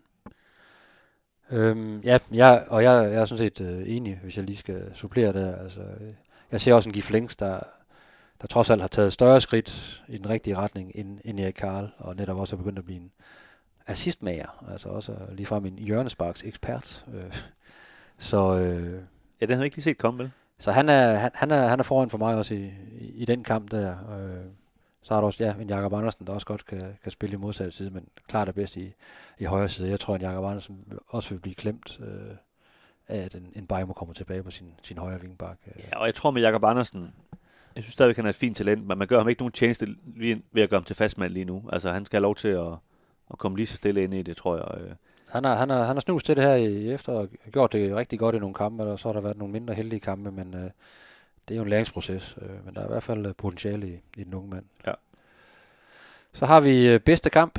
Jeg er sådan set enig, hvis jeg lige skal supplere det. Altså, jeg ser også en Gif Links, der trods alt har taget større skridt i den rigtige retning end Erik Karl, og netop også er begyndt at blive en assistmager, altså også ligefrem en hjørnesparks ekspert. Den har jeg ikke lige set komme, vel? Så han er foran for mig også i den kamp der. Så har der også en Jakob Andersen, der også godt kan spille i modsatte side, men klart er bedst i højre side. Jeg tror, at Jakob Andersen også vil blive klemt af, at en Bajmo kommer tilbage på sin højre vingbak. Ja, og jeg tror med Jakob Andersen, jeg synes stadigvæk, han er et fint talent, men man gør ham ikke nogen tjeneste ved at gøre ham til fastmand lige nu. Altså, han skal have lov til at komme lige så stille ind i det, tror jeg. Han har snust til det her i efter og gjort det rigtig godt i nogle kampe, og så har der været nogle mindre heldige kampe, men det er jo en læringsproces. Men der er i hvert fald potentiale i den unge mand. Ja. Så har vi bedste kamp.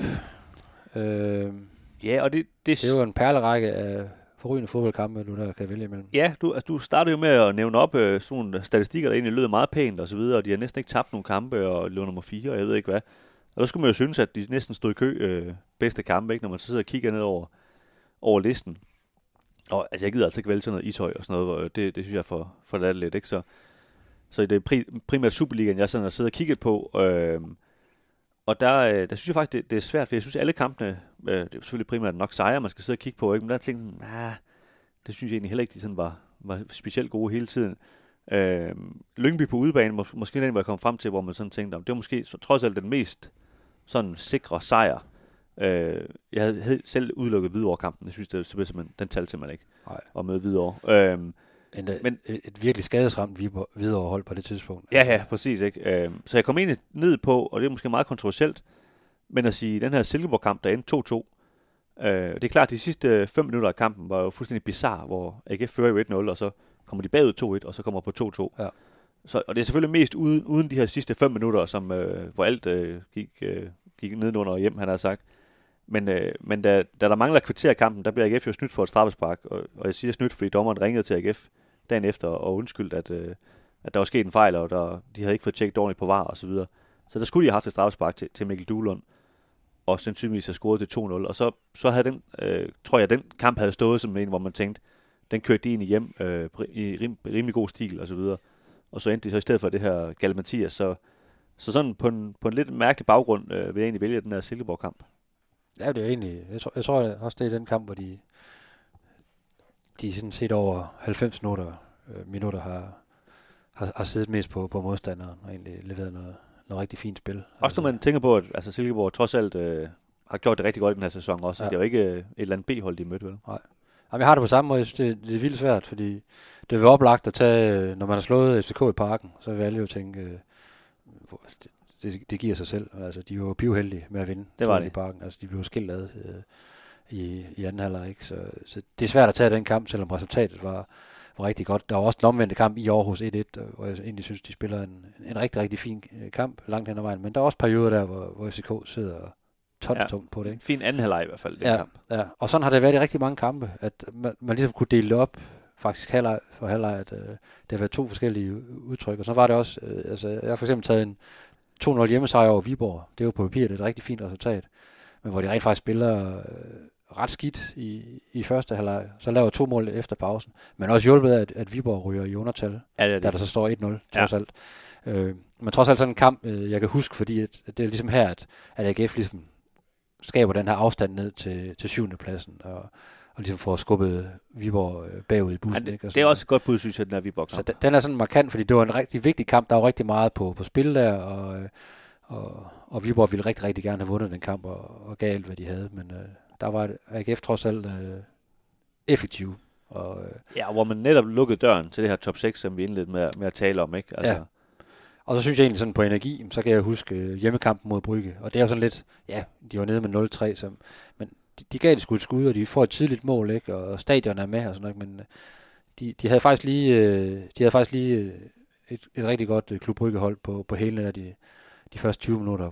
Og det er jo en perlerække af forrygende fodboldkampe, du der kan vælge imellem. Ja, du startede jo med at nævne op sådan nogle statistikker, der egentlig lød meget pænt og så videre, og de har næsten ikke tabt nogle kampe og lå nummer 4, og jeg ved ikke hvad. Og der skulle man jo synes, at de næsten stod i kø bedste kampe, ikke, når man så sidder og kigger ned over listen. Og altså, jeg gider altså ikke vælge sådan noget Ishøj og sådan noget, det synes jeg er for lidt, ikke? Så det er primært Superligaen, jeg sådan har siddet og kigget på, og der synes jeg faktisk, det er svært, for jeg synes, alle kampene, det er selvfølgelig primært nok sejre, man skal sidde og kigge på, ikke? Men der tænkte jeg, det synes jeg egentlig heller ikke, de sådan var specielt gode hele tiden. Lyngby på udebane, måske den, hvor jeg kom frem til, hvor man sådan tænkte, det var måske trods alt den mest sådan sikre sejr. Jeg havde selv udelukket Hvidovre-kampen. Jeg synes, det simpelthen, den talte simpelthen ikke. Nej. Og med Hvidovre. Men et virkelig skadesramt Hvidovre-hold på det tidspunkt. Ja, præcis. Ikke? Så jeg kom egentlig ned på, og det er måske meget kontroversielt, men at sige, den her Silkeborg-kamp, der endte 2-2, Det er klart, at de sidste 5 minutter af kampen var jo fuldstændig bizarre, hvor AGF fører jo 1-0, og så kommer de bagud 2-1, og så kommer på 2-2. Ja. Og det er selvfølgelig mest uden de her sidste 5 minutter, som, hvor alt gik nedenunder hjem, han har sagt. Men da der mangler kvarter af kampen, der bliver AGF jo snydt for et straffespark, og jeg siger snydt, fordi dommeren ringede til AGF dagen efter og undskyldte, at der var sket en fejl, og de havde ikke fået tjekket ordentligt på VAR og så videre. Så der skulle de have haft et straffespark til Mikkel Duelund, og sandsynligvis have scoret til 2-0. Og så havde den, tror jeg, den kamp havde stået som en, hvor man tænkte, den kørte de egentlig hjem i rimelig god stil og så videre. Og så endte de så i stedet for det her Galimatias. Så sådan på en lidt mærkelig baggrund vil jeg egentlig vælge den her Silkeborg-kamp. Ja, det er egentlig, jeg tror også, det er den kamp, hvor de sådan set over 90 minutter har siddet mest på modstanderen og egentlig leveret noget rigtig fint spil. Også når man tænker på, at Silkeborg trods alt har gjort det rigtig godt i den her sæson også. Ja. Det er jo ikke et eller andet B-hold, de mødte, vel? Nej. Jamen, jeg har det på samme måde. Jeg synes, det er vildt svært, fordi det er oplagt at tage, når man har slået FCK i Parken, så vil alle jo tænke, det giver sig selv. Altså, de var jo pivheldige med at vinde. Det var det. I Parken. Altså, de blev skilt ad i anden halvleg, ikke? Så det er svært at tage den kamp, selvom resultatet var rigtig godt. Der var også en omvendte kamp i Aarhus 1-1, hvor jeg egentlig synes, de spiller en rigtig, rigtig fin kamp langt hen ad vejen. Men der er også perioder der, hvor FCK sidder tonstungt på det. Ikke? Fin anden halvleg i hvert fald, den kamp. Ja, og sådan har det været i rigtig mange kampe, at man ligesom kunne dele det op, faktisk halvleg for halvleg, at det har været 2 forskellige udtryk. Og så var det også, jeg har for eksempel taget en 2-0 hjemmesejr over Viborg. Det er jo på papiret et rigtig fint resultat. Men hvor de rent faktisk spiller ret skidt i første halvleg, så laver 2 mål efter pausen. Men også hjulpet af, at Viborg ryger i undertal, da der så står 1-0, trods alt. Men trods alt sådan en kamp, jeg kan huske, fordi at det er ligesom her, at AGF ligesom skaber den her afstand ned til 7. pladsen, og ligesom får skubbet Viborg bagud i bussen. Ikke? Det er også et godt bud, synes jeg, den her Viborg kamp. Så den er sådan markant, fordi det var en rigtig vigtig kamp. Der var rigtig meget på spil der, og Viborg ville rigtig, rigtig gerne have vundet den kamp, og gav alt, hvad de havde. Men der var AGF trods alt effektiv. Ja, hvor man netop lukkede døren til det her top 6, som vi indledte med at tale om. Ikke? Altså. Ja. Og så synes jeg egentlig sådan på energi, så kan jeg huske hjemmekampen mod Brygge. Og det er jo sådan lidt, ja, de var nede med 0-3, men de gav det sgu et skud, og de får et tidligt mål, ikke? Og stadion er med og sådan noget, men de havde faktisk lige et rigtig godt Klub Brygge-hold på hele af de første 20 minutter,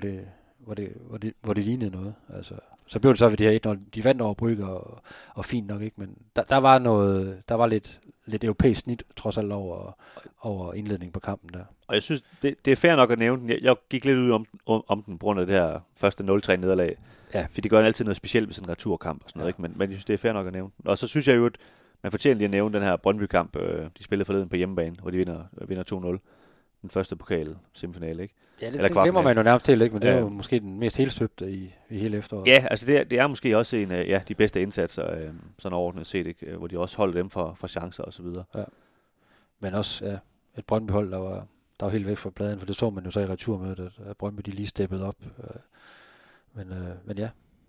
hvor det lignede noget. Altså, så blev det så ved det her 1-0. De vandt over Brygge, og fint nok, ikke? Men der var lidt europæisk snit, trods alt over indledningen på kampen der. Og jeg synes, det er fair nok at nævne den. Jeg gik lidt ud om den på grund af det her første 0-3 nederlag. Ja. For det gør altid noget specielt ved sådan en returkamp og sådan noget, ikke? Men jeg synes, det er fair nok at nævne den. Og så synes jeg jo, at man fortjener lige at nævne den her Brøndby-kamp. De spillede forleden på hjemmebane, hvor de vinder 2-0. Den første pokal semifinale, ikke? Ja, det glemmer man jo nærmest til, ikke? Men det er jo måske den mest helstøbte i hele efteråret. Ja, altså det er måske også en af de bedste indsatser, sådan overordnet set, ikke? Hvor de også holder dem for chancer og så videre. Ja. Men også et Brøndby-hold, der var helt væk fra pladen, for det så man jo så i returmødet, at Brøndby de lige steppede op. Men ja.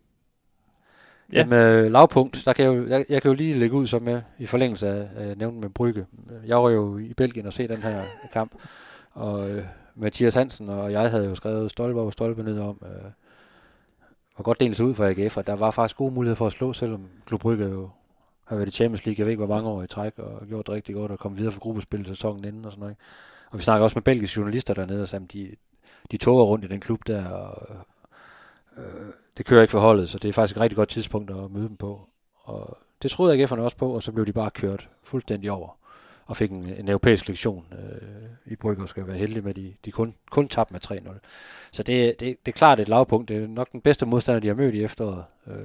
Ja. Jamen, lavpunkt, der kan jeg kan jo lige lægge ud så med i forlængelse af nævnt med Brygge. Jeg var jo i Belgien og se den her kamp, og Mathias Hansen og jeg havde jo skrevet stolpe over stolpe ned om, hvor godt det egentlig så ud for AGF, og der var faktisk gode muligheder for at slå, selvom Klub Brygge jo har været i Champions League, jeg ved ikke hvor mange år i træk, og gjort det rigtig godt, og kom videre for gruppespil sæsonen inden og sådan noget. Og vi snakker også med belgiske journalister dernede, og sagde, de toger rundt i den klub der, og det kører ikke for holdet, så det er faktisk et rigtig godt tidspunkt at møde dem på. Og det troede AGF'erne også på, og så blev de bare kørt fuldstændig over, og fik en europæisk lektion i Brygge, og skal være heldige med, at de kun tabte med 3-0. Så det er klart et lavpunkt. Det er nok den bedste modstander, de har mødt i efteråret,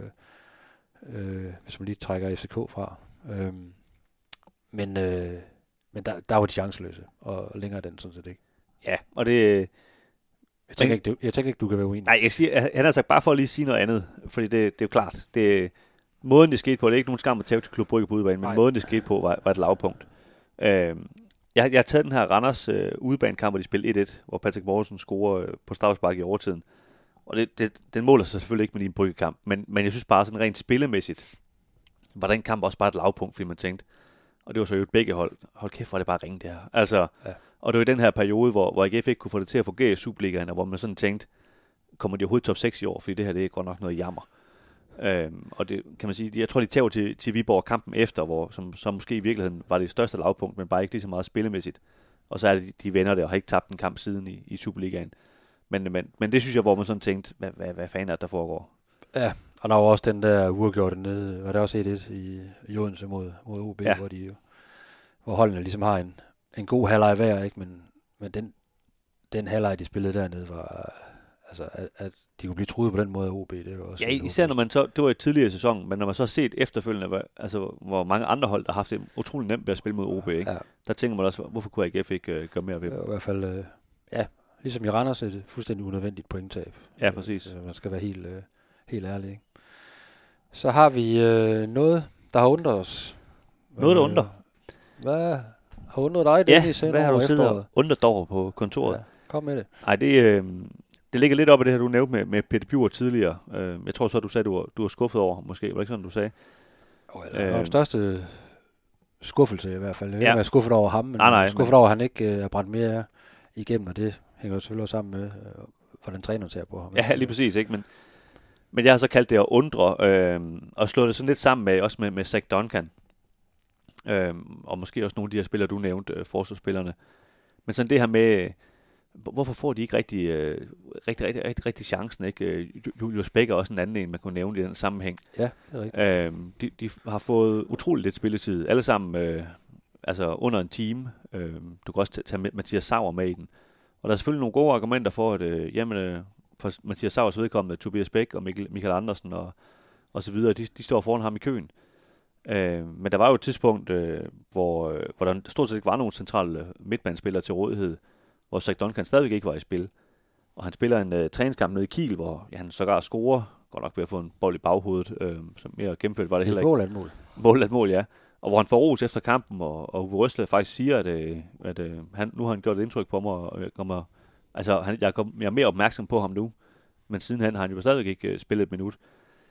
hvis man lige trækker FCK fra. Men der var de chanceløse, og længere den sådan set ikke. Ja, og det... Jeg tænker ikke, du kan være uenig. Nej, jeg siger, han har sagt bare for at lige sige noget andet, fordi det er jo klart, måden det skete på, det er ikke nogen skam at tabe til Klub Brygge på udebane, men måden det skete på var et lavpunkt. Jeg har taget den her Randers udebanekamp, hvor de spillede 1-1, hvor Patrick Mortensen scorer på straffespark i overtiden. Og den måler sig selvfølgelig ikke med din Brygge-kamp, men jeg synes bare sådan rent spillemæssigt, var den kamp også bare et lavpunkt, fordi man tænkte, og det var så jo et begge hold. Hold kæft, hvor det bare ringe der. Altså, ja. Og det var i den her periode, hvor AGF ikke kunne få det til at fungere i Superligaen, og hvor man sådan tænkte, kommer de overhovedet top 6 i år, fordi det her det er godt nok noget jammer. Og det kan man sige, jeg tror, de tager til Viborg kampen efter, som måske i virkeligheden var det største lavpunkt, men bare ikke lige så meget spillemæssigt. Og så er det, de vender det og har ikke tabt en kamp siden i Superligaen. Men det synes jeg, hvor man sådan tænkte, hvad fanden er det, der foregår? Ja, og der var også den der uafgjorte nede, var der også 1-1 i Odense mod OB, ja. hvor holdene ligesom har en god halvleg hver, ikke? Men den halvleg, de spillede dernede, var altså, at de kunne blive truet på den måde af OB, det var også... Ja, især når man så, det var i tidligere sæson, men når man så har set efterfølgende, hvor mange andre hold, der har haft det utroligt nemt ved at spille mod OB, ikke? Ja. Der tænker man også, hvorfor kunne AGF ikke gøre mere ved dem? I hvert fald, ligesom i Randers, er det fuldstændig unødvendigt pointtab. Ja, præcis. Man skal være helt ærlig, ikke? Så har vi noget, der har undret os. Noget, der undrer? Hvad har undret dig? Ja, hvad har du siddet og undret over på kontoret? Ja, kom med det. Nej, det ligger lidt op af det her, du nævnte med Peter Bjur tidligere. Jeg tror så, du sagde, du var skuffet over, måske. Var det ikke sådan, du sagde? Det var den største skuffelse i hvert fald. Jeg ved ikke, om jeg er skuffet over ham, men nej, skuffet over, at han ikke er brændt mere igennem, og det hænger jo selvfølgelig også sammen med, hvordan træner ser på ham. Ja, lige præcis, ikke? Men jeg har så kaldt det at undre, og slå det sådan lidt sammen med, også med Zach Duncan. Og måske også nogle af de her spillere, du nævnte, forsvarsspillerne. Men sådan det her med, hvorfor får de ikke rigtig chancen, ikke? Julius Bæk er også en anden en, man kunne nævne i den sammenhæng. Ja, det er rigtigt. De har fået utroligt lidt spilletid. Alle sammen under en time. Du kan også tage Mathias Sauer med i den. Og der er selvfølgelig nogle gode argumenter for, at for Mathias Sauers vedkommende, Tobias Bæk og Michael Andersen og så videre, de står foran ham i køen. Men der var jo et tidspunkt, hvor der stort set ikke var nogen centrale midtbanespillere til rådighed, hvor Zach Duncan stadigvæk ikke var i spil. Og han spiller en træningskamp nede i Kiel, hvor han sågar scorer, godt nok ved at få en bold i baghovedet, som mere gennemført var det heller ikke. Mål af et mål, ja. Og hvor han får ros efter kampen, og Uwe Røsler faktisk siger, at nu har han gjort et indtryk på mig, og jeg er mere opmærksom på ham nu, men sidenhen har han jo stadigvæk ikke spillet et minut.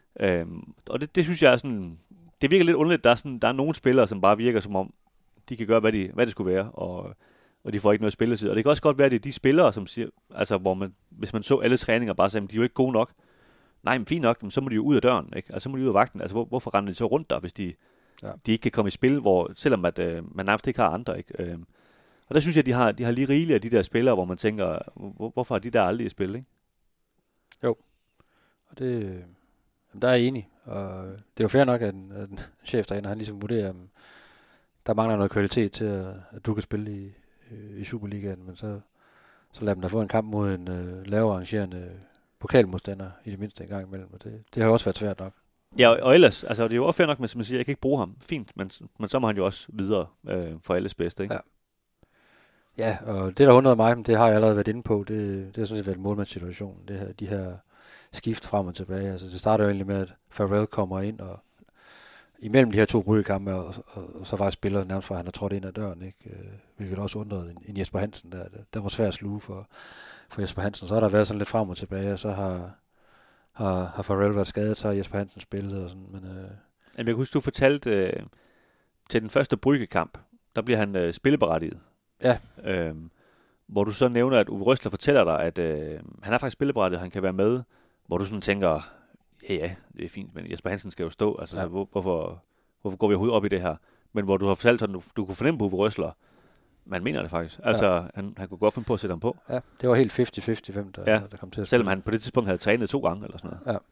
Og det synes jeg er sådan, det virker lidt underligt, der er nogle spillere, som bare virker som om, de kan gøre, hvad det skulle være, og de får ikke noget spilletid. Og det kan også godt være, at det er de spillere, som siger, altså hvor man, hvis man så alle træninger, bare siger, de er jo ikke gode nok. Nej, men fint nok, men så må de jo ud af døren, ikke? Altså så må de ud af vagten. Altså hvorfor render de så rundt der, hvis de ikke kan komme i spil, selvom at, man nærmest ikke har andre, ikke? Og der synes jeg, at de har lige rigeligt af de der spillere, hvor man tænker, hvorfor har de der aldrig i spil, ikke? Jo, og det, der er jeg enig. Og det er jo fair nok, at en cheftræner, han ligesom vurderer, at der mangler noget kvalitet til, at du kan spille i Superligaen, men så lad dem da få en kamp mod en lavere arrangerende pokalmodstander i det mindste en gang imellem, og det har også været svært nok. Ja, og ellers, altså det er jo også fair nok, men som man siger, jeg kan ikke bruge ham. Fint, men så må han jo også videre for alles bedste, ikke? Ja, og det der undrede mig, det har jeg allerede været inde på, det har sådan set været en målmandssituation, de her skift frem og tilbage. Altså det starter jo egentlig med, at Farrell kommer ind, og imellem de her to brydekampe, og så faktisk spiller nærmest fra, at han har trådt ind ad døren, ikke? Hvilket også undrede en Jesper Hansen der var svær at sluge for Jesper Hansen. Så har der været sådan lidt frem og tilbage, og så har Farrell været skadet, så har Jesper Hansen spillet og sådan, men... Jeg kan huske, du fortalte til den første Brygge-kamp, der bliver han spilleberettiget. Ja. Hvor du så nævner, at Uwe Røsler fortæller dig, at han er faktisk spilleberettiget, han kan være med, hvor du sådan tænker, ja, det er fint, men Jesper Hansen skal jo stå, altså ja. Hvorfor går vi overhovedet op i det her? Men hvor du har fortalt, at du kunne fornemme på Uwe Røsler, man mener det faktisk. Altså, han kunne godt finde på at sætte ham på. Ja, det var helt 50-50, hvem der kom til at spille. Selvom han på det tidspunkt havde trænet 2 gange, eller sådan noget.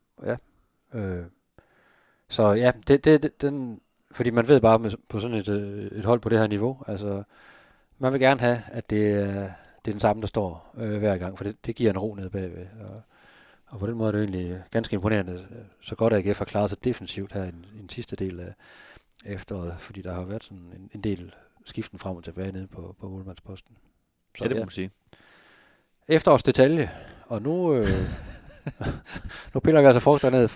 Ja. Så ja, den, fordi man ved bare på sådan et hold på det her niveau, altså, man vil gerne have, at det er den samme, der står hver gang, for det giver en ro nede bagved. Og på den måde er det egentlig ganske imponerende, så godt at AGF har klaret sig defensivt her i den sidste del af efteråret, fordi der har været sådan en del skiften frem og tilbage nede på målmandsposten. Så, ja, det må man sige. Efterårs detalje, og nu piller vi altså frugter ned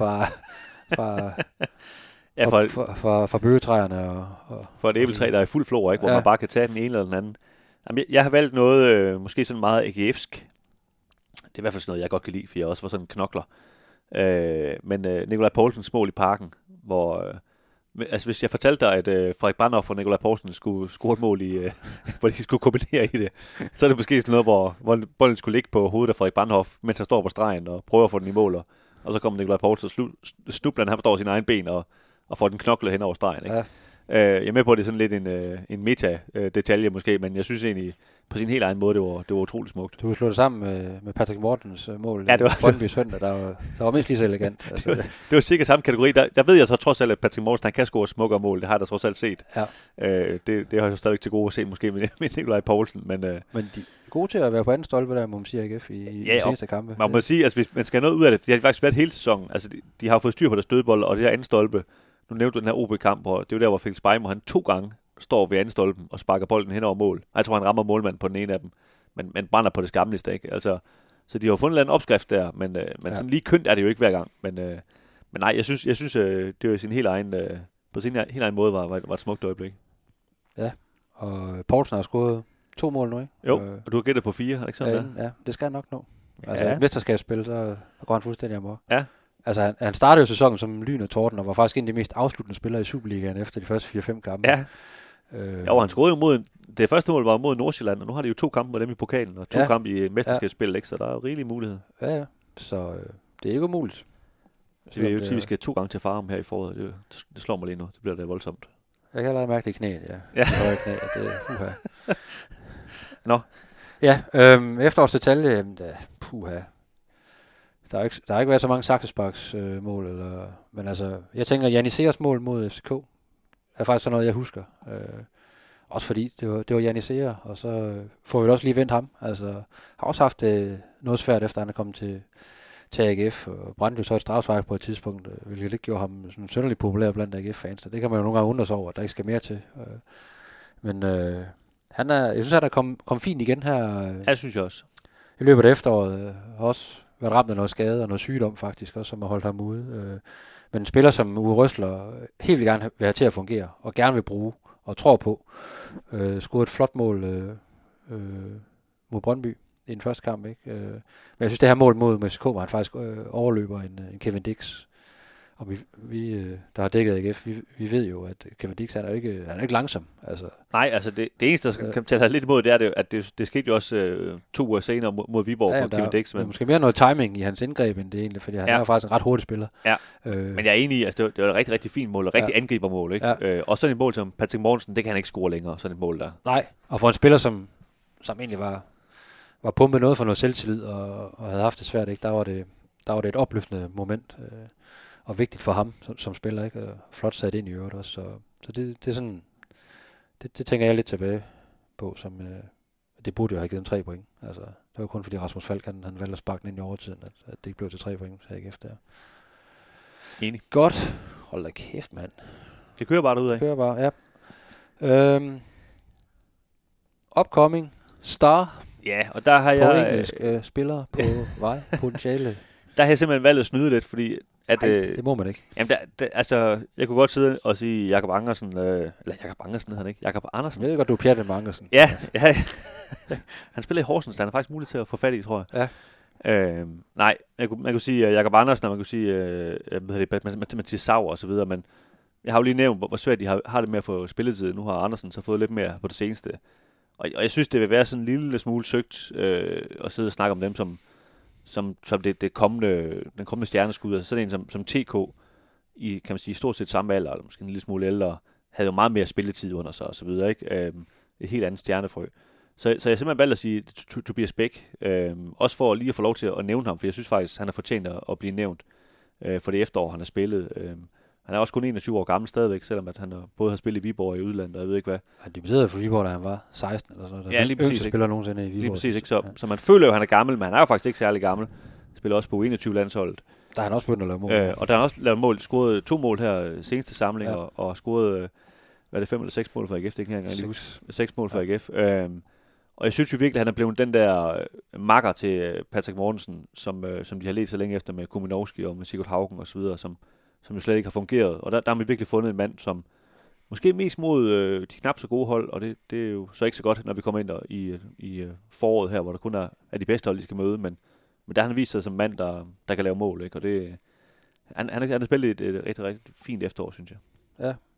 fra bøgetræerne. Og for et æbletræ, der er i fuld flor, ikke? Hvor man bare kan tage den ene eller den anden. Jamen, jeg har valgt noget, måske sådan meget AGF'sk. Det er i hvert fald sådan noget, jeg godt kan lide, for jeg også var sådan en knokler. Men Nikolaj Poulsens mål i Parken, hvor... altså, hvis jeg fortalte dig, at Frederik Brandhoff og Nikolaj Poulsen skulle score et mål i... hvor de skulle kombinere i det, så er det måske sådan noget, hvor bolden skulle ligge på hovedet af Frederik Brandhoff, mens han står på stregen og prøver at få den i mål. Og så kommer Nikolaj Poulsen og snubler, han forstår sine egne ben og får den knoklet hen over stregen. Ikke? Ja. Jeg er med på, at det er sådan lidt en meta-detalje måske, men jeg synes egentlig på sin helt egen måde, det var utroligt smukt. Du har slået det sammen med Patrick Mortens mål i Brøndby søndag, der var mindst lige så elegant. Altså, det var sikkert samme kategori. Der ved jeg så trods alt, at Patrick Mortens han kan score smukkere mål. Det har jeg da trods alt set. Ja. Det har jeg stadigvæk til gode at se, måske med Nikolaj Poulsen. Men de er gode til at være på anden stolpe der, må man sige, AGF i de seneste kampe. Man må sige, at hvis man skal have noget ud af det, de har faktisk været hele sæsonen. Altså, de har fået styr på deres stødebold, og det her anden stolpe. Nu nævnte du den her OB-kamp, og det er jo der, hvor Felix Beimer, han 2 gange står ved anden stolpen og sparker bolden hen over mål. Jeg tror, han rammer målmanden på den ene af dem, men brænder på det skamligste, ikke? Altså, så de har fundet en opskrift der, men sådan lige kønt er det jo ikke hver gang. Men nej, jeg synes det var sin helt egen, på sin helt egen måde var et smukt øjeblik. Ja, og Poulsen har scoret 2 mål nu, ikke? Jo, og du har gættet på 4, har det ikke sådan ja, det skal han nok nå. Altså, et mesterskabsspil, så går han fuldstændig amok. Ja. Altså, han startede jo sæsonen som lyn og torden, og var faktisk en af de mest afsluttende spillere i Superligaen efter de første 4-5 kampe. Ja. Han scorede jo mod, det første mål var mod Nordsjælland, og nu har de jo 2 kampe med dem i pokalen, og 2 kampe i mesterskabsspil, ikke? Så der er jo rigelig mulighed. Ja. Så det er ikke umuligt. Det er jo til, vi skal 2 gange til Farum her i foråret. Det slår mig lige nu. Det bliver da voldsomt. Jeg kan allerede mærke det i knæet, ja. Ja. Puha. Nå. Ja, efterårsdetalje, puha. Der har ikke været så mange Saxesparks mål, men altså, jeg tænker, Janisseres mål mod FCK er faktisk sådan noget, jeg husker. Også fordi det var Janisser, og så får vi også lige vendt ham. Altså, har også haft noget svært, efter han er kommet til AGF, og brændte jo så et strafspark på et tidspunkt, hvilket ikke gjorde ham sådan synderligt populær blandt AGF-fans. Det kan man jo nogle gange undre sig over, at der ikke skal mere til. Men jeg synes, han er kommet fint igen her. Jeg synes også. I løbet af efteråret også været ramt af noget skade og noget sygdom faktisk, også som har holdt ham ude. Men en spiller som Uwe Røsler helt vil gerne vil have til at fungere, og gerne vil bruge, og tror på. Scorede et flot mål mod Brøndby i den første kamp, ikke? Men jeg synes, det her mål mod FCK var han faktisk overløber en Kevin Dix. Og vi der har dækket AGF, vi ved jo, at Kevin Dix han er ikke langsom. Altså. Nej, altså det eneste, der kan tage lidt imod, det er, at det skete jo også 2 uger senere mod Viborg for Kevin Dix. Men måske mere noget timing i hans indgreb, end det egentlig, fordi han er faktisk en ret hurtig spiller. Ja, men jeg er enig i, at det var et rigtig, rigtig fint mål, og rigtig angribermål. Ikke? Ja. Og sådan et mål som Patrick Mortensen, det kan han ikke score længere, sådan et mål der. Nej, og for en spiller, som egentlig var pumpet noget for noget selvtillid, og havde haft det svært, ikke? Der var det et opløftende moment, og vigtigt for ham som spiller, ikke? Og flot sat ind i øvrigt også. Så det er sådan, det tænker jeg lidt tilbage på, som det burde jo have givet en 3 point. Altså, det var kun fordi Rasmus Falk, han valgte at sparke den ind i overtiden, at det ikke blev til 3 point, så AGF der. Enig. Godt. Hold da kæft, mand. Det kører bare derudad. Det kører bare, ja. Upcoming Star. Ja, og der har jeg... På engelsk spiller på vej, potentiale. Der har jeg simpelthen valgt at snyde lidt, fordi... det må man ikke. Jamen, altså, jeg kunne godt sidde og sige Jakob Andersen, eller Jakob Andersen hedder han ikke, Jakob Andersen. Jeg ved godt, du er pjattet med Andersen. Ja. Han spiller i Horsens, der er faktisk muligt til at få fat i, tror jeg. Ja. Nej, man kunne sige Jakob Andersen, og man kunne sige Mathias Sauer og så videre, men jeg har jo lige nævnt, hvor svært de har det med at få spilletid. Nu har Andersen så fået lidt mere på det seneste. Og jeg synes, det vil være sådan en lille smule søgt at sidde og snakke om dem som den kommende stjerneskud. Altså sådan en som TK i, kan man sige, stort set samme alder, eller måske en lille smule ældre, havde jo meget mere spilletid under sig og så videre, ikke? Et helt andet stjernefrø. Så jeg simpelthen valgt at sige Tobias Bæk, også for lige at få lov til at nævne ham, for jeg synes faktisk, han har fortjent at blive nævnt for det efterår, han har spillet. Han er også kun 21 år gammel stadigvæk, selvom at han både har spillet i Viborg og i udlandet, og jeg ved ikke hvad. Han debuterede for Viborg, da han var 16 eller sådan noget. Ja, lige præcis. Yngste spiller nogensinde i Viborg. Lige præcis, ikke? Så man føler jo, at han er gammel, men han er jo faktisk ikke særlig gammel. Spiller også på 21-landsholdet. Der har han også begyndt at lave mål. Og der har han også lavet mål. Scoret 2 mål her seneste samling, og scoret, hvad er det, 5 eller 6 mål for AGF? Det kan jeg ikke engang 6 mål for AGF. Og jeg synes jo virkelig, at han er blevet den der makker til Patrick Mortensen, som de har let så længe efter med Kuminovski og med Sigurd Haugen og så videre, som jo slet ikke har fungeret. Og der har vi virkelig fundet en mand, som måske mest mod de knap så gode hold, og det er jo så ikke så godt, når vi kommer ind i foråret her, hvor der kun er de bedste hold, de skal møde, men der har han vist sig som mand, der kan lave mål, ikke? Og det han har spillet et rigtig, rigtig fint efterår, synes jeg. Ja,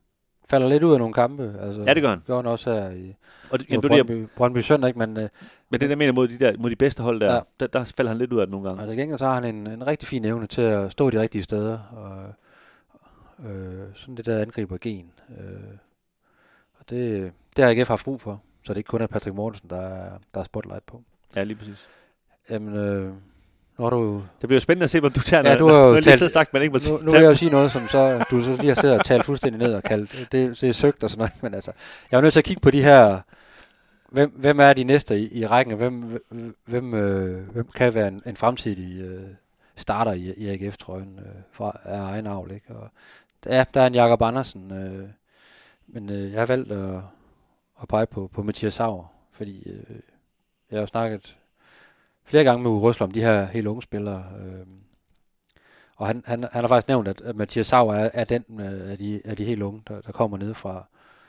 falder lidt ud af nogle kampe. Altså, ja, det gør han. Gjorde han også her i Brøndby Søndag, ikke? Men det der mener mod de bedste hold der, der falder han lidt ud af det nogle gange. Altså gengæld så har han en rigtig fin evne til at stå de rigtige steder, og sådan det der angriber gen. Og det har AGF haft brug for, så det ikke kun er Patrick Mortensen, der er spotlight på. Ja, lige præcis. Jamen, når du... Det bliver jo spændende at se, hvordan du tager ja, du har jo lige så sagt, man ikke må tage. Nu vil jeg jo sige noget, som så du så lige har siddet og talt fuldstændig ned og kaldt. Det er søgt og sådan noget, men altså, jeg er nødt til at kigge på de her... Hvem er de næste i rækken, og hvem kan være en fremtidig starter i AGF-trøjen fra af egen avl, ikke? Og ja, der er en Jakob Andersen, men jeg har valgt at pege på Mathias Sauer, fordi jeg har jo snakket flere gange med Uwe Røsler om de her helt unge spillere, og han har faktisk nævnt, at Mathias Sauer er den af de helt unge, der kommer ned fra,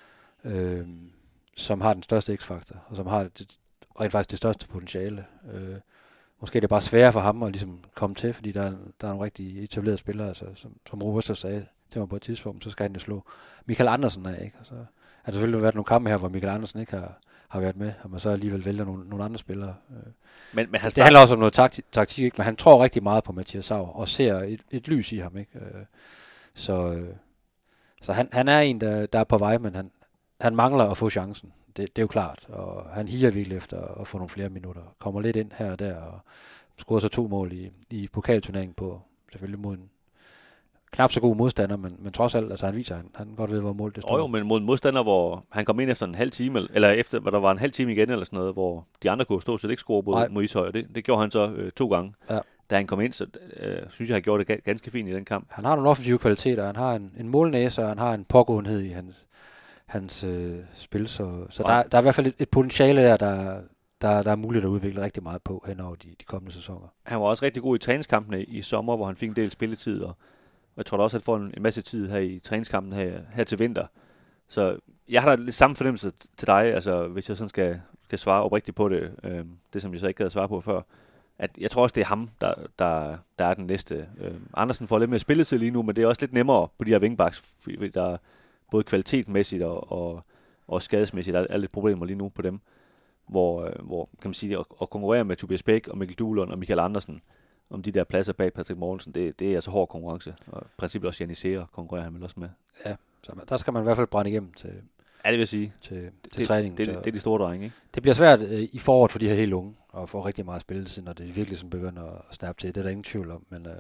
som har den største x-faktor, og som har rent faktisk det største potentiale. Måske er det bare sværere for ham at ligesom komme til, fordi der er nogle rigtig etablerede spillere, altså, som Uwe Røsler sagde til mig på et tidspunkt, så skal han jo slå Michael Andersen af, ikke? Altså, har der selvfølgelig været nogle kampe her, hvor Michael Andersen ikke har været med, og man så alligevel vælger nogle andre spillere. Men det handler også om noget taktik, ikke? Men han tror rigtig meget på Mathias Sauer, og ser et lys i ham, ikke? Så han er en, der er på vej, men han mangler at få chancen. Det er jo klart, og han higer virkelig efter at få nogle flere minutter. Kommer lidt ind her og der, og scorer så 2 mål i pokalturneringen på, selvfølgelig mod en knap så god modstander, men trods alt, altså han viser, han godt ved, hvor mål det står. Jo, men mod en modstander, hvor han kom ind efter en halv time, eller efter, hvor der var en halv time igen, eller sådan noget, hvor de andre kunne stå, så det ikke score mod Ishøj, og det gjorde han så 2 gange. Ja. Da han kom ind, så synes jeg, han gjorde det ganske fint i den kamp. Han har nogle offensive kvaliteter, han har en målnæse, og han har en pågåenhed i hans spil, så der er i hvert fald et potentiale der er muligt at udvikle rigtig meget på hen over de kommende sæsoner. Han var også rigtig god i træningskampene i sommer, hvor han fik en del spilletid, og jeg tror da også, at han får en masse tid her i træningskampen her til vinter. Så jeg har da lidt samme fornemmelse til dig, altså hvis jeg sådan skal svare oprigtigt på det, det som jeg så ikke havde svare på før, at jeg tror også, det er ham, der er den næste. Andersen får lidt mere spilletid lige nu, men det er også lidt nemmere på de her wingbacks, fordi der både kvalitetmæssigt og skadesmæssigt er lidt problemer lige nu på dem, hvor kan man sige, at konkurrere med Tobias Bæk og Mikkel Duelund og Michael Andersen om de der pladser bag Patrick Mortensen, det er altså hård konkurrence, og i princippet også Janisera konkurrerer han vel også med. Ja, så der skal man i hvert fald brænde igennem til, ja, det vil sige. til træning. Det er de store drenge, ikke? Det bliver svært i foråret for de her helt unge, at få rigtig meget spilletid, når det virkelig sådan begynder at snappe til. Det er der ingen tvivl om, men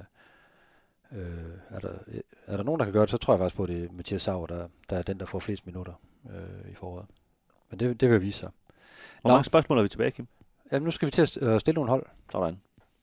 er der nogen, der kan gøre det, så tror jeg faktisk på, at det er Mathias Sauer, der er den, der får flest minutter i foråret. Men det vil vise sig. Hvor mange spørgsmål er vi tilbage, Kim? Jamen, nu skal vi til at stille nogle hold. Sådan.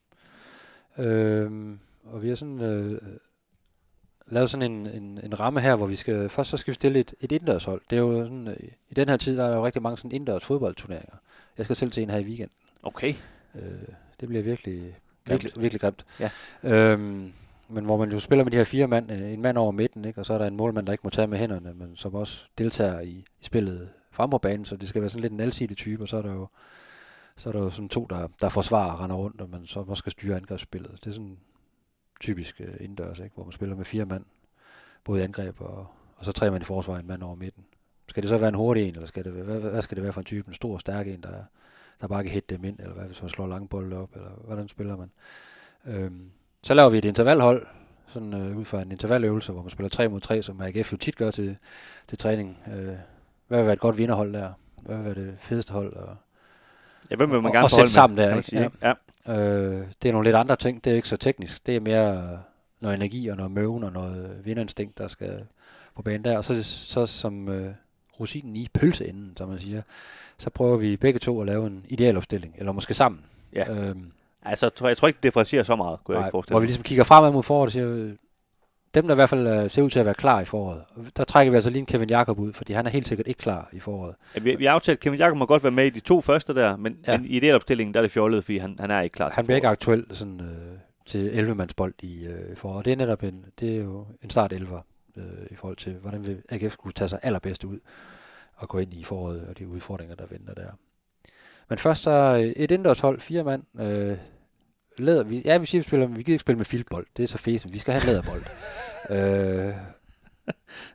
Og vi har sådan lavet sådan en ramme her, hvor vi skal først så skal vi stille et indendørshold. Det er jo sådan, i den her tid, der er jo rigtig mange sådan indendørs fodboldturneringer. Jeg skal selv til en her i weekenden. Okay. Det bliver virkelig grimt. Ja. Men hvor man jo spiller med de her 4 mand, en mand over midten, ikke? Og så er der en målmand, der ikke må tage med hænderne, men som også deltager i spillet frem på banen, så det skal være sådan lidt en alsidig type, og så er der jo sådan 2, der forsvarer og render rundt, og man så også skal styre angrebsspillet. Det er sådan typisk indendørs, ikke? Hvor man spiller med 4 mand, både i angreb og så 3 mand i forsvar, en mand over midten. Skal det så være en hurtig en, eller skal det være, hvad skal det være for en type? En stor, stærk en, der bare kan hætte dem ind, eller hvad, hvis man slår lange bolde op, eller hvordan spiller man? Så laver vi et intervalhold, sådan ud fra en intervaløvelse, hvor man spiller 3 mod 3, som AGF jo tit gør til træning. Hvad vil være et godt vinderhold der? Hvad vil være det fedeste hold? Ja, hvem vil man gerne sætte sammen der, ikke? Sige. Ja. Det er nogle lidt andre ting. Det er ikke så teknisk. Det er mere noget energi og noget møven og noget vinderinstinkt, der skal på banen der. Og så som rosinen i pølseenden, som man siger, så prøver vi begge to at lave en idealopstilling, eller måske sammen. Ja. Altså, jeg tror ikke, det differentierer så meget, kunne jeg ikke forestille mig. Hvor vi ligesom kigger fremad mod foråret og siger, dem der i hvert fald ser ud til at være klar i foråret, der trækker vi altså lige en Kevin Jakob ud, fordi han er helt sikkert ikke klar i foråret. Ja, vi har aftalt, at Kevin Jakob må godt være med i de 2 første der, men i idealopstillingen, der er det fjollet, fordi han er ikke klar til han bliver ikke aktuel sådan, til 11-mandsbold i foråret. Det er netop det er jo en start 11'er i forhold til, hvordan vil AGF skulle tage sig allerbedst ud og gå ind i foråret og de udfordringer, der venter der. Men først så et indendørshold, 4 mand. Vi siger, vi spiller, men vi gider ikke spille med filtbold. Det er så fæsen. Vi skal have en læderbold.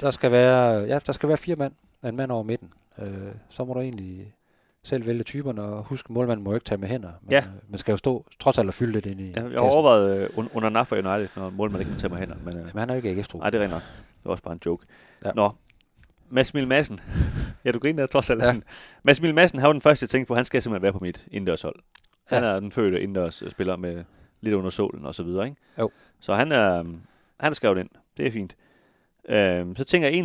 Der skal være 4 mand, en mand over midten. Så må du egentlig selv vælge typerne, og husk, målmanden må jo ikke tage med hænder. Men, man skal jo stå, trods alt, og fylde lidt ind i jeg har overvejet under NAF United, når målmanden ikke kan tage med hænder. Men han er jo ikke AGF-tro. Nej, det er rent nok. Det var også bare en joke. Ja. Nå, Mads Emil Madsen. Ja, du griner trods alt. Ja. Mads Emil Madsen har jo den første ting på, han skal simpelthen være på mit indendørshold. Han er den fødte indendørsspiller med lidt under solen og så videre, ikke? Jo. Så han er skrevet ind. Det er fint. Så tænker jeg en,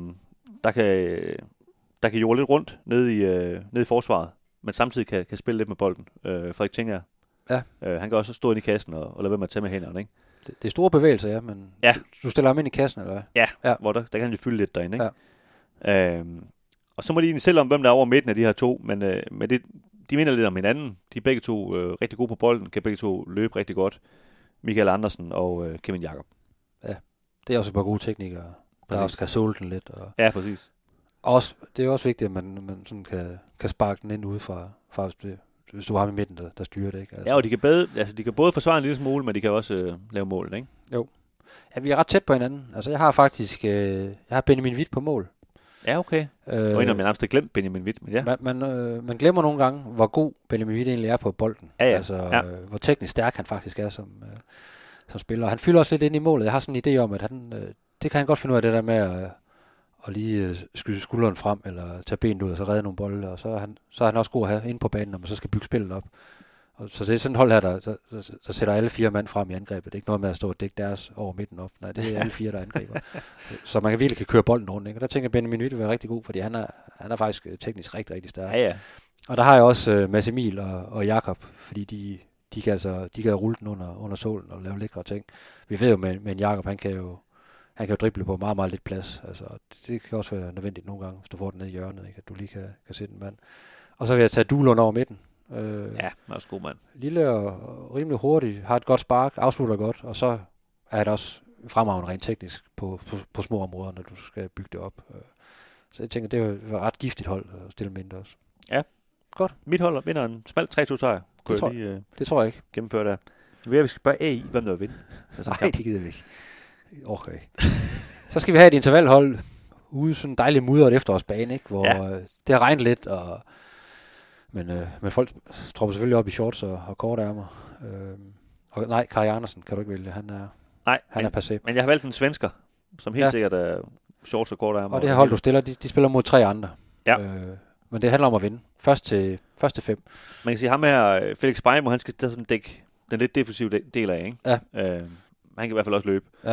der kan jorde lidt rundt nede i forsvaret, men samtidig kan spille lidt med bolden. Frederik Tinger. Ja. Han kan også stå ind i kassen og lade være med at tage med hænderne, ikke? Det er store bevægelser, ja, men du stiller ham ind i kassen, eller hvad? Ja. Hvor der kan han jo fylde lidt derinde, ikke? Ja. Og så må de egentlig selv om, hvem der er over midten af de her to, men de minder lidt om hinanden. De er begge to rigtig gode på bolden, kan begge to løbe rigtig godt. Michael Andersen og Kevin Jakob. Ja, det er også et par gode teknikere, der også kan såle den lidt. Og ja, præcis. Det er også vigtigt, at man sådan kan sparke den ind udefra, hvis du har i midten, der styrer det, ikke? Altså. Ja, og de kan både forsvare en lille smule, men de kan også lave mål, ikke? Jo. Ja, vi er ret tæt på hinanden. Altså, jeg har faktisk Benjamin Witt på mål. Ja, okay. Jeg har nærmest glemt Benjamin Witt, men ja. Man glemmer nogle gange, hvor god Benjamin Witt egentlig er på bolden. Ja. Altså, hvor teknisk stærk han faktisk er som spiller. Han fylder også lidt ind i målet. Jeg har sådan en idé om, at det kan han godt finde ud af, det der med at lige skyde skulderen frem, eller tage benet ud, og så redde nogle bolde, og så er han også god at have inde på banen, når man så skal bygge spillet op. Og så det er sådan et hold her, der sætter alle 4 mand frem i angrebet. Det er ikke noget med at stå og dække deres over midten op. Nej, det er alle 4, der angriber. Så man kan virkelig køre bolden rundt, ikke? Og der tænker jeg, Benjamin Witt vil være rigtig god, fordi han er faktisk teknisk rigtig, rigtig stærk. Ja. Og der har jeg også Mads Emil og Jakob, fordi de kan rulle den under solen og lave lækre ting. Vi ved jo med en Jakob, han kan jo drible på meget, meget lidt plads. Altså, det kan også være nødvendigt nogle gange, hvis du får den ned i hjørnet, ikke? At du lige kan sætte en mand. Og så vil jeg tage Duelund over midten. Ja, også god mand. Lille og rimelig hurtig, har et godt spark, afslutter godt, og så er det også fremragende rent teknisk på små områder, når du skal bygge det op. Så jeg tænker, det er et ret giftigt hold at stille med også. Ja. Godt. Mit hold vinder en smalt 3-2 sejr. Det tror jeg ikke. Gennemføre der. Vi skal spørge AI, hvem der vil vinde. Nej, det gider vi ikke. Okay. Så skal vi have et intervalhold ude sådan en dejlig mudret efterårsbane, ikke? Hvor det har regnet lidt, men folk tropper selvfølgelig op i shorts og korte ærmer. Og nej, Kari Andersen kan du ikke vælge. Han er passé. Men jeg har valgt en svensker, som helt sikkert er shorts og korte ærmer. Og det her hold, du stiller, de spiller mod 3 andre. Ja. Men det handler om at vinde. Først til 5. Man kan sige, ham her, Felix Beimo, han skal sådan dække den lidt defensive del af, ikke? Ja. Han kan i hvert fald også løbe. Ja.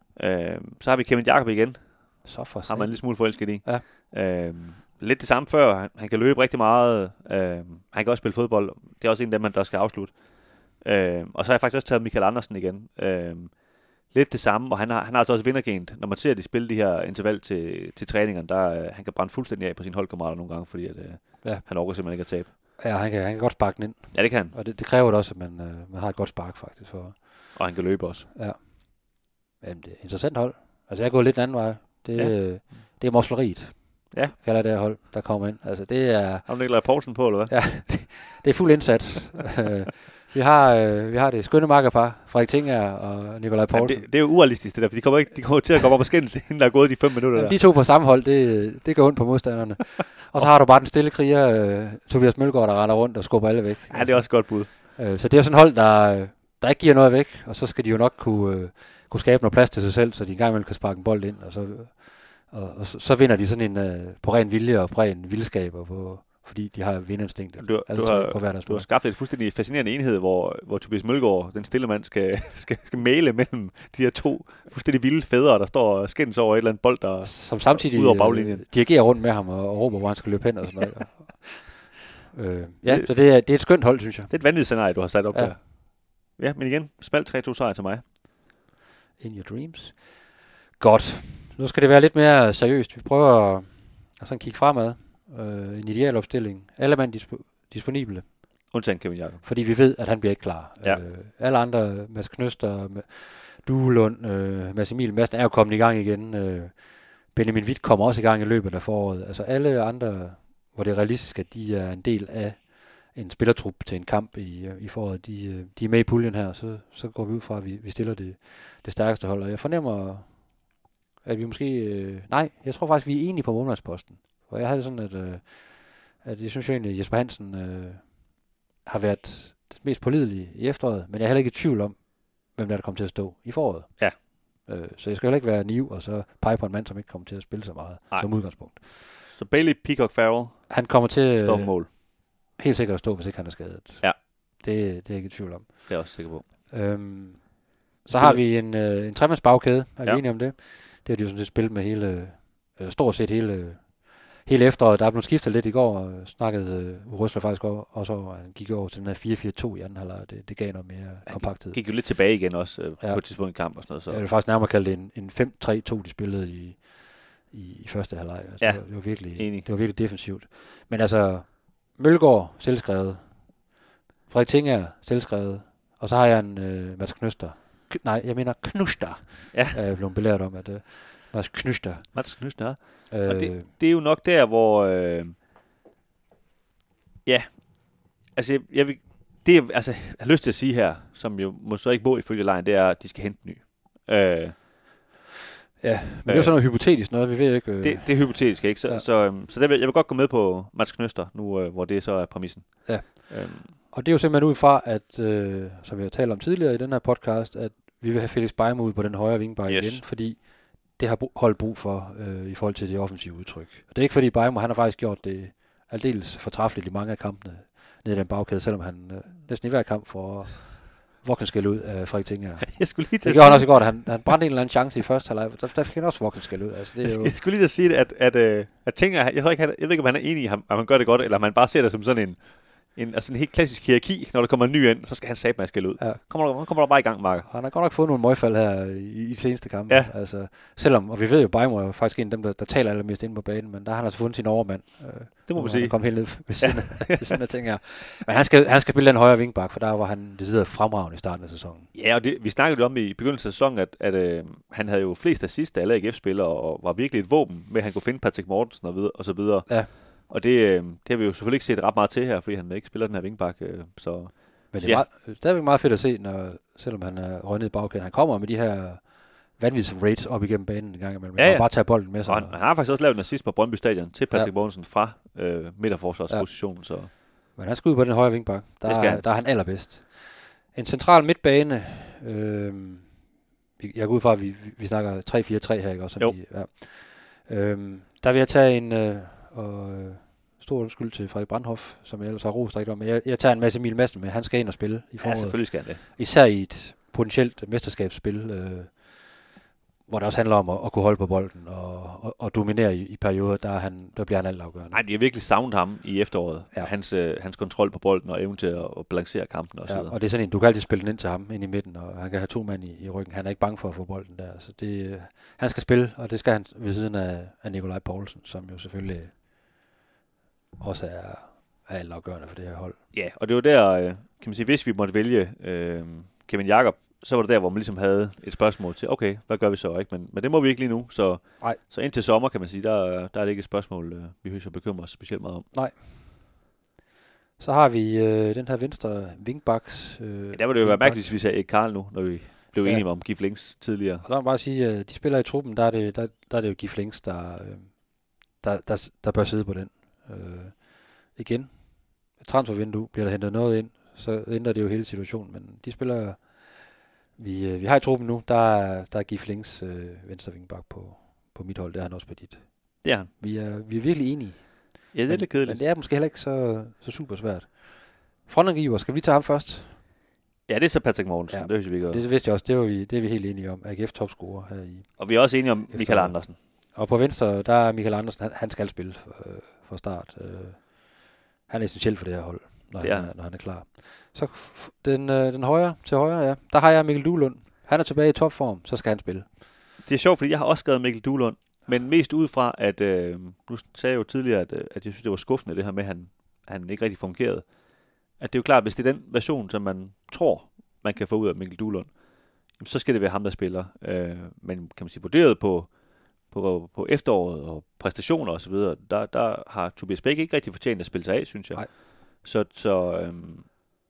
Så har vi Kevin Jakob igen. Så for har man en lille smule forelsket i. Ja. Lidt det samme før. Han kan løbe rigtig meget. Han kan også spille fodbold. Det er også en af dem, der skal afslutte. Og så har jeg faktisk også taget Michael Andersen igen. Lidt det samme, og han har altså også vindergent. Når man ser de spille de her interval til træningerne, der han kan brænde fuldstændig af på sine holdkammerater nogle gange, fordi han overgår simpelthen ikke at tabe. Ja, han kan godt sparke den ind. Ja, det kan han. Og det kræver det også, at man har et godt spark faktisk. For. Og han kan løbe også. Ja. Jamen, det er et interessant hold. Altså, jeg er gået lidt en anden vej. Det er mosleriet. Ja. Kalder det her hold, der kommer ind. Altså, det er. Har du Nikolaj Poulsen på, eller hvad? Ja, det er fuld indsats. Vi har det skønne makkerpar, Frederik Tinger og Nikolaj Poulsen. Ja, det er jo urealistisk det der, for de kommer til at komme op og skændes, inden der er gået de 5 minutter der. De to på samme hold, det går ondt på modstanderne. Og så har du bare den stille kriger, Tobias Mølgaard, der render rundt og skubber alle væk. Ja, det er også et godt bud. Så det er sådan et hold, der ikke giver noget væk, og så skal de jo nok kunne skabe noget plads til sig selv, så de engang imellem kan sparke en bold ind, og så vinder de sådan en på ren vilje og på ren vildskab, fordi de har vindinstinktet. Du har skabt et fuldstændig fascinerende enhed, hvor Tobias Mølgaard, den stille mand, skal mæle mellem de her to fuldstændig vilde fædre, der står og skændes over et eller andet bold, der som samtidig ud over baglinjen. Dirigerer rundt med ham og råber, hvor han skal løbe hen og sådan noget. Så det er et skønt hold, synes jeg. Det er et vanvittigt scenarie, du har sat op der. Ja, men igen, smalt 3-2 sejr til mig. In your dreams. Godt. Nu skal det være lidt mere seriøst. Vi prøver at sådan kigge fremad. En ideal opstilling. Alle mand disponible. Undtagen Kevin Jakob. Fordi vi ved, at han bliver ikke klar. Ja. Alle andre, Mads Knøster, Duelund, Mads Emil Madsen er jo kommet i gang igen. Benjamin Witt kommer også i gang i løbet af foråret. Altså alle andre, hvor det er realistisk, at de er en del af en spillertrup til en kamp i foråret. De er med i puljen her, så går vi ud fra, at vi stiller det stærkeste hold. Og jeg fornemmer at vi måske... nej, jeg tror faktisk, vi er enige på målmandsposten. For jeg havde sådan, at jeg synes jo egentlig, at Jesper Hansen har været det mest pålidelige i efteråret, men jeg er heller ikke i tvivl om, hvem der kommer til at stå i foråret. Ja. Så jeg skal heller ikke være naiv, og så pege på en mand, som ikke kommer til at spille så meget som udgangspunkt. Så Bailey, Peacock, Farrell. Han kommer til mål. Helt sikkert at stå, hvis ikke han er skadet. Ja. Det er jeg ikke i tvivl om. Det er jeg også sikker på. Så har vi en tremandsbagkæde. Er vi enige om det? Det har de jo sådan set spillet med stort set hele efteråret. Der er blevet skiftet lidt i går, og snakkede Røsler faktisk også over, han gik over til den her 4-4-2 i anden halvleg. Det gav noget mere kompakthed. Gik jo lidt tilbage igen også på et tidspunkt i kamp og sådan noget. Så. Jeg vil faktisk nærmere kalde det en 5-3-2, de spillede i første halvleg. Altså, det var virkelig defensivt. Men altså, Mølgaard selvskrevet, Frederik Tinger selvskrevet, og så har jeg en Mads Knøster. Jeg mener Knuster. Jeg er blevet belært om, at Mads Knøster. Mads Knøster. Og det er jo nok der, hvor... altså, jeg har lyst til at sige her, som jo må så ikke bo ifølge lejen, det er, at de skal hente ny. Men det er jo sådan noget hypotetisk noget, vi ved ikke... Det er hypotetisk, ikke? Så jeg vil godt gå med på Mads Knøster nu, hvor det så er præmissen. Ja. Og det er jo simpelthen ud fra, at, som vi har talt om tidligere i den her podcast, at vi vil have Felix Beijmo ud på den højre vingbak igen, fordi det har holdt brug for i forhold til det offensive udtryk. Og det er ikke fordi Beijmo, han har faktisk gjort det aldeles fortræffeligt i mange af kampene nede i den bagkæde, selvom han næsten i hver kamp får vokkenskæld ud af Frederik Tinger. Jeg skulle lige det gjorde han også i går, at han brændte en eller anden chance i første halvleg. Der fik han også vokkenskæld ud. Altså, det er jeg skulle lige sige, at Tinger, jeg ved ikke, om han er enig i, at man gør det godt, eller om man bare ser det som sådan en helt klassisk hierarki. Når der kommer en ny ind, så skal han satme skælde ud. Ja. Kommer der bare i gang, Marker. Han har godt nok fået nogle møgfald her i de seneste kampe. Ja. Altså, selvom, og vi ved jo, Beijmo er faktisk en af dem, der taler allermest inde på banen, men der har han altså fundet sin overmand. Det må man sige. Han kom helt ned ved siden af ting her. Men han skal spille den højre vingbak, for der var han decideret fremragende i starten af sæsonen. Ja, og vi snakkede jo om i begyndelsen af sæsonen, at han havde jo flest assist af alle AGF-spillere, og var virkelig et våben med, at han kunne finde Patrick Mortensen og så videre. Ja. Og det har vi jo selvfølgelig ikke set ret meget til her, fordi han ikke spiller den her vingbak. Så. Men det er stadigvæk meget fedt at se, selvom han er røget ned i bagkæden. Han kommer med de her vanvittige rates op igennem banen en gang imellem. Han bare tager bolden med sig. Og han har faktisk også lavet en assist på Brøndby Stadion til Patrick Mortensen fra midterforsvarspositionen. Så. Men han skal ud på den højre vingbak. Der er han allerbedst. En central midtbane. Jeg går ud fra, at vi snakker 3-4-3 her, ikke også? Der vil jeg tage en... stor undskyld til Frederik Brandhoff, som jeg ellers har rost rigtig om. Men jeg tager en masse Emil Madsen med. Han skal ind og spille i foråret. Ja, selvfølgelig skal han det. Især i et potentielt mesterskabsspil, hvor det også handler om at kunne holde på bolden og dominere i perioder, der bliver han altafgørende. Nej, de har virkelig savnet ham i efteråret. Ja. Hans kontrol på bolden og evne til at balancere kampen og så videre. Og det er sådan en, du kan altid spille den ind til ham ind i midten, og han kan have 2 mand i ryggen. Han er ikke bange for at få bolden der. Så han skal spille, og det skal han ved siden af Nikolaj Poulsen, som jo selvfølgelig også er altafgørende for det her hold. Ja, og det var der, kan man sige, hvis vi måtte vælge Kevin Jakob, så var det der, hvor man ligesom havde et spørgsmål til, okay, hvad gør vi så, ikke? Men det må vi ikke lige nu, så indtil sommer, kan man sige, der er det ikke et spørgsmål, vi hører så bekymrer os specielt meget om. Nej. Så har vi den her venstre wingbacks. Der vil det jo være mærkeligt, hvis vi sagde Erik Karl nu, når vi blev enige om Gif Links tidligere. Og der må bare sige, at de spiller i truppen, der er det jo Gif Links, der bør sidde på den. Igen, et transfervindue, bliver der hentet noget ind, så ændrer det jo hele situationen, men de spiller, vi har i truppen nu, der er Gif Links venstre vingbak på mit hold, det er han også på dit. Det er han. Vi er virkelig enige. Ja, det er lidt kedeligt. Men det er måske heller ikke så super svært. Frontangriber, skal vi lige tage ham først? Ja, det er så Patrick Mortensen, det synes vi ikke. Det vidste jeg også, det er vi helt enige om. AGF topscorer her i. Og vi er også enige om Michael Andersen. Og på venstre, der er Michael Andersen, han skal spille for start. Han er essentiel for det her hold, når han er klar. Så den højre til højre, der har jeg Mikkel Duelund. Han er tilbage i topform, så skal han spille. Det er sjovt, fordi jeg har også skrevet Mikkel Duelund, men mest ud fra, at nu sagde jeg jo tidligere, at jeg synes, det var skuffende, det her med, at han ikke rigtig fungerede. At det er jo klart, at hvis det er den version, som man tror, man kan få ud af Mikkel Duelund, så skal det være ham, der spiller. Men kan man sige, vurderet på efteråret og præstationer osv., der har Tobias Bæk ikke rigtig fortjent at spille sig af, synes jeg. Nej. Så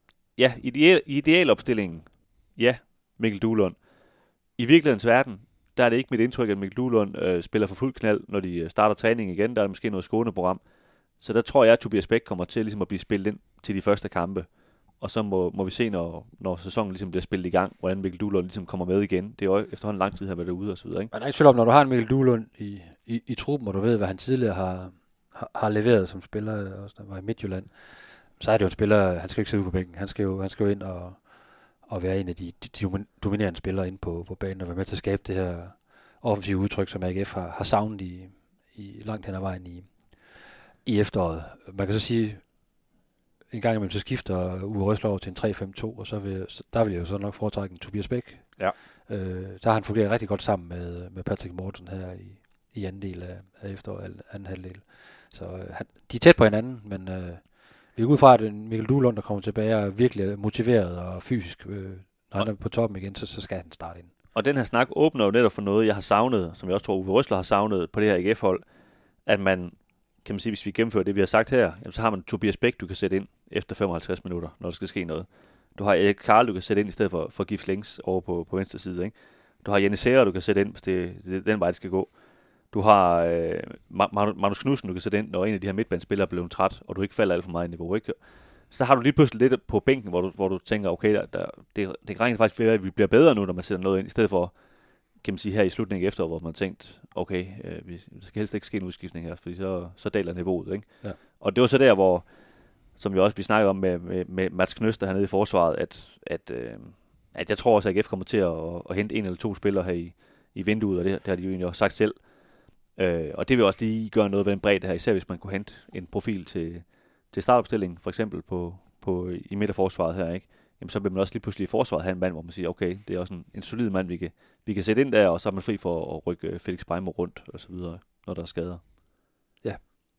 idealopstillingen, ja, Mikkel Duelund. I virkelighedens verden der er det ikke mit indtryk, at Mikkel Duelund spiller for fuld knald, når de starter træning igen. Der er måske noget skåneprogram. Så der tror jeg, at Tobias Bæk kommer til ligesom at blive spillet ind til de første kampe. Og så må vi se, når sæsonen ligesom bliver spillet i gang, hvordan Mikkel Duelund ligesom kommer med igen. Det er jo efterhånden lang tid, han har været ude og så videre. Ikke? Man er ikke tvivl om, når du har en Mikkel Duelund i truppen, og du ved, hvad han tidligere har leveret som spiller, også der var i Midtjylland, så er det jo en spiller, han skal ikke sidde ude på bænken. Han skal jo ind og være en af de dominerende spillere inde på banen, og være med til at skabe det her offensive udtryk, som AGF har savnet i langt hen ad vejen i efteråret. Man kan så sige, en gang imellem så skifter Uwe Røsler over til en 3-5-2, og der vil jeg jo så nok foretrække en Tobias Bæk. Ja. Der har han fungeret rigtig godt sammen med Patrick Mortensen her i anden del af efteråret, anden halvdel. Så de er tæt på hinanden, men vi er ud fra, at en Mikkel Duelund, der kommer tilbage, er virkelig motiveret og fysisk. Når han er på toppen igen, så skal han starte ind. Og den her snak åbner jo netop for noget, jeg har savnet, som jeg også tror, Uwe Røsler har savnet på det her AGF-hold, at man, kan man sige, hvis vi gennemfører det, vi har sagt her, så har man Tobias Bæk, du kan sætte ind efter 55 minutter, når der skal ske noget. Du har Erik Karl, du kan sætte ind i stedet for Gif Længs over på venstre side. Ikke? Du har Jenny Sære, du kan sætte ind, hvis det er den vej, det skal gå. Du har Magnus Knudsen, du kan sætte ind, når en af de her midtbanespillere er blevet træt, og du ikke falder alt for meget i niveau. Ikke? Så der har du lige pludselig lidt på bænken, hvor du tænker, okay, det kan rent faktisk være, at vi bliver bedre nu, når man sætter noget ind, i stedet for, kan man sige, her i slutningen efter, hvor man tænkt, okay, vi skal helst ikke ske en udskiftning her, fordi så daler niveauet. Ikke? Ja. Og det var så der, hvor, som vi snakkede om med Mats Knøster hernede i forsvaret, at jeg tror også, at AGF kommer til at hente en eller to spillere her i vinduet, og det har de jo egentlig også sagt selv. Og det vil også lige gøre noget ved en bredde her, især hvis man kunne hente en profil til startopstillingen, for eksempel i midterforsvaret her, ikke? Jamen, så vil man også lige pludselig i forsvaret have en mand, hvor man siger, okay, det er også en solid mand, vi kan sætte ind der, og så er man fri for at rykke Felix Beimo rundt, og så videre, når der er skader. Ja.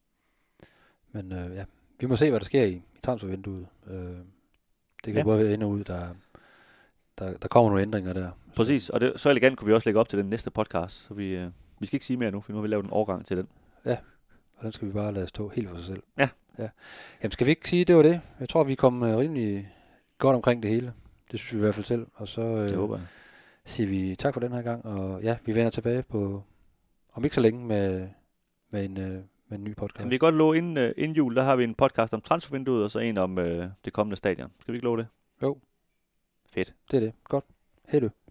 Men vi må se, hvad der sker i transfervinduet. Det kan både være ind og ud, der kommer nogle ændringer der. Præcis, og så elegant kunne vi også lægge op til den næste podcast, så vi skal ikke sige mere nu, for nu har vi lavet en overgang til den. Ja, og den skal vi bare lade stå helt for sig selv. Ja. Jamen skal vi ikke sige, det var det? Jeg tror, vi kom rimelig godt omkring det hele. Det synes vi i hvert fald selv. Og så det håber jeg. Siger vi tak for den her gang, og ja, vi vender tilbage om ikke så længe med en ny podcast. Kan vi godt love inden jul, der har vi en podcast om transfervinduet, og så en om det kommende stadion. Skal vi ikke love det? Jo. Fedt. Det er det. Godt. Hej du.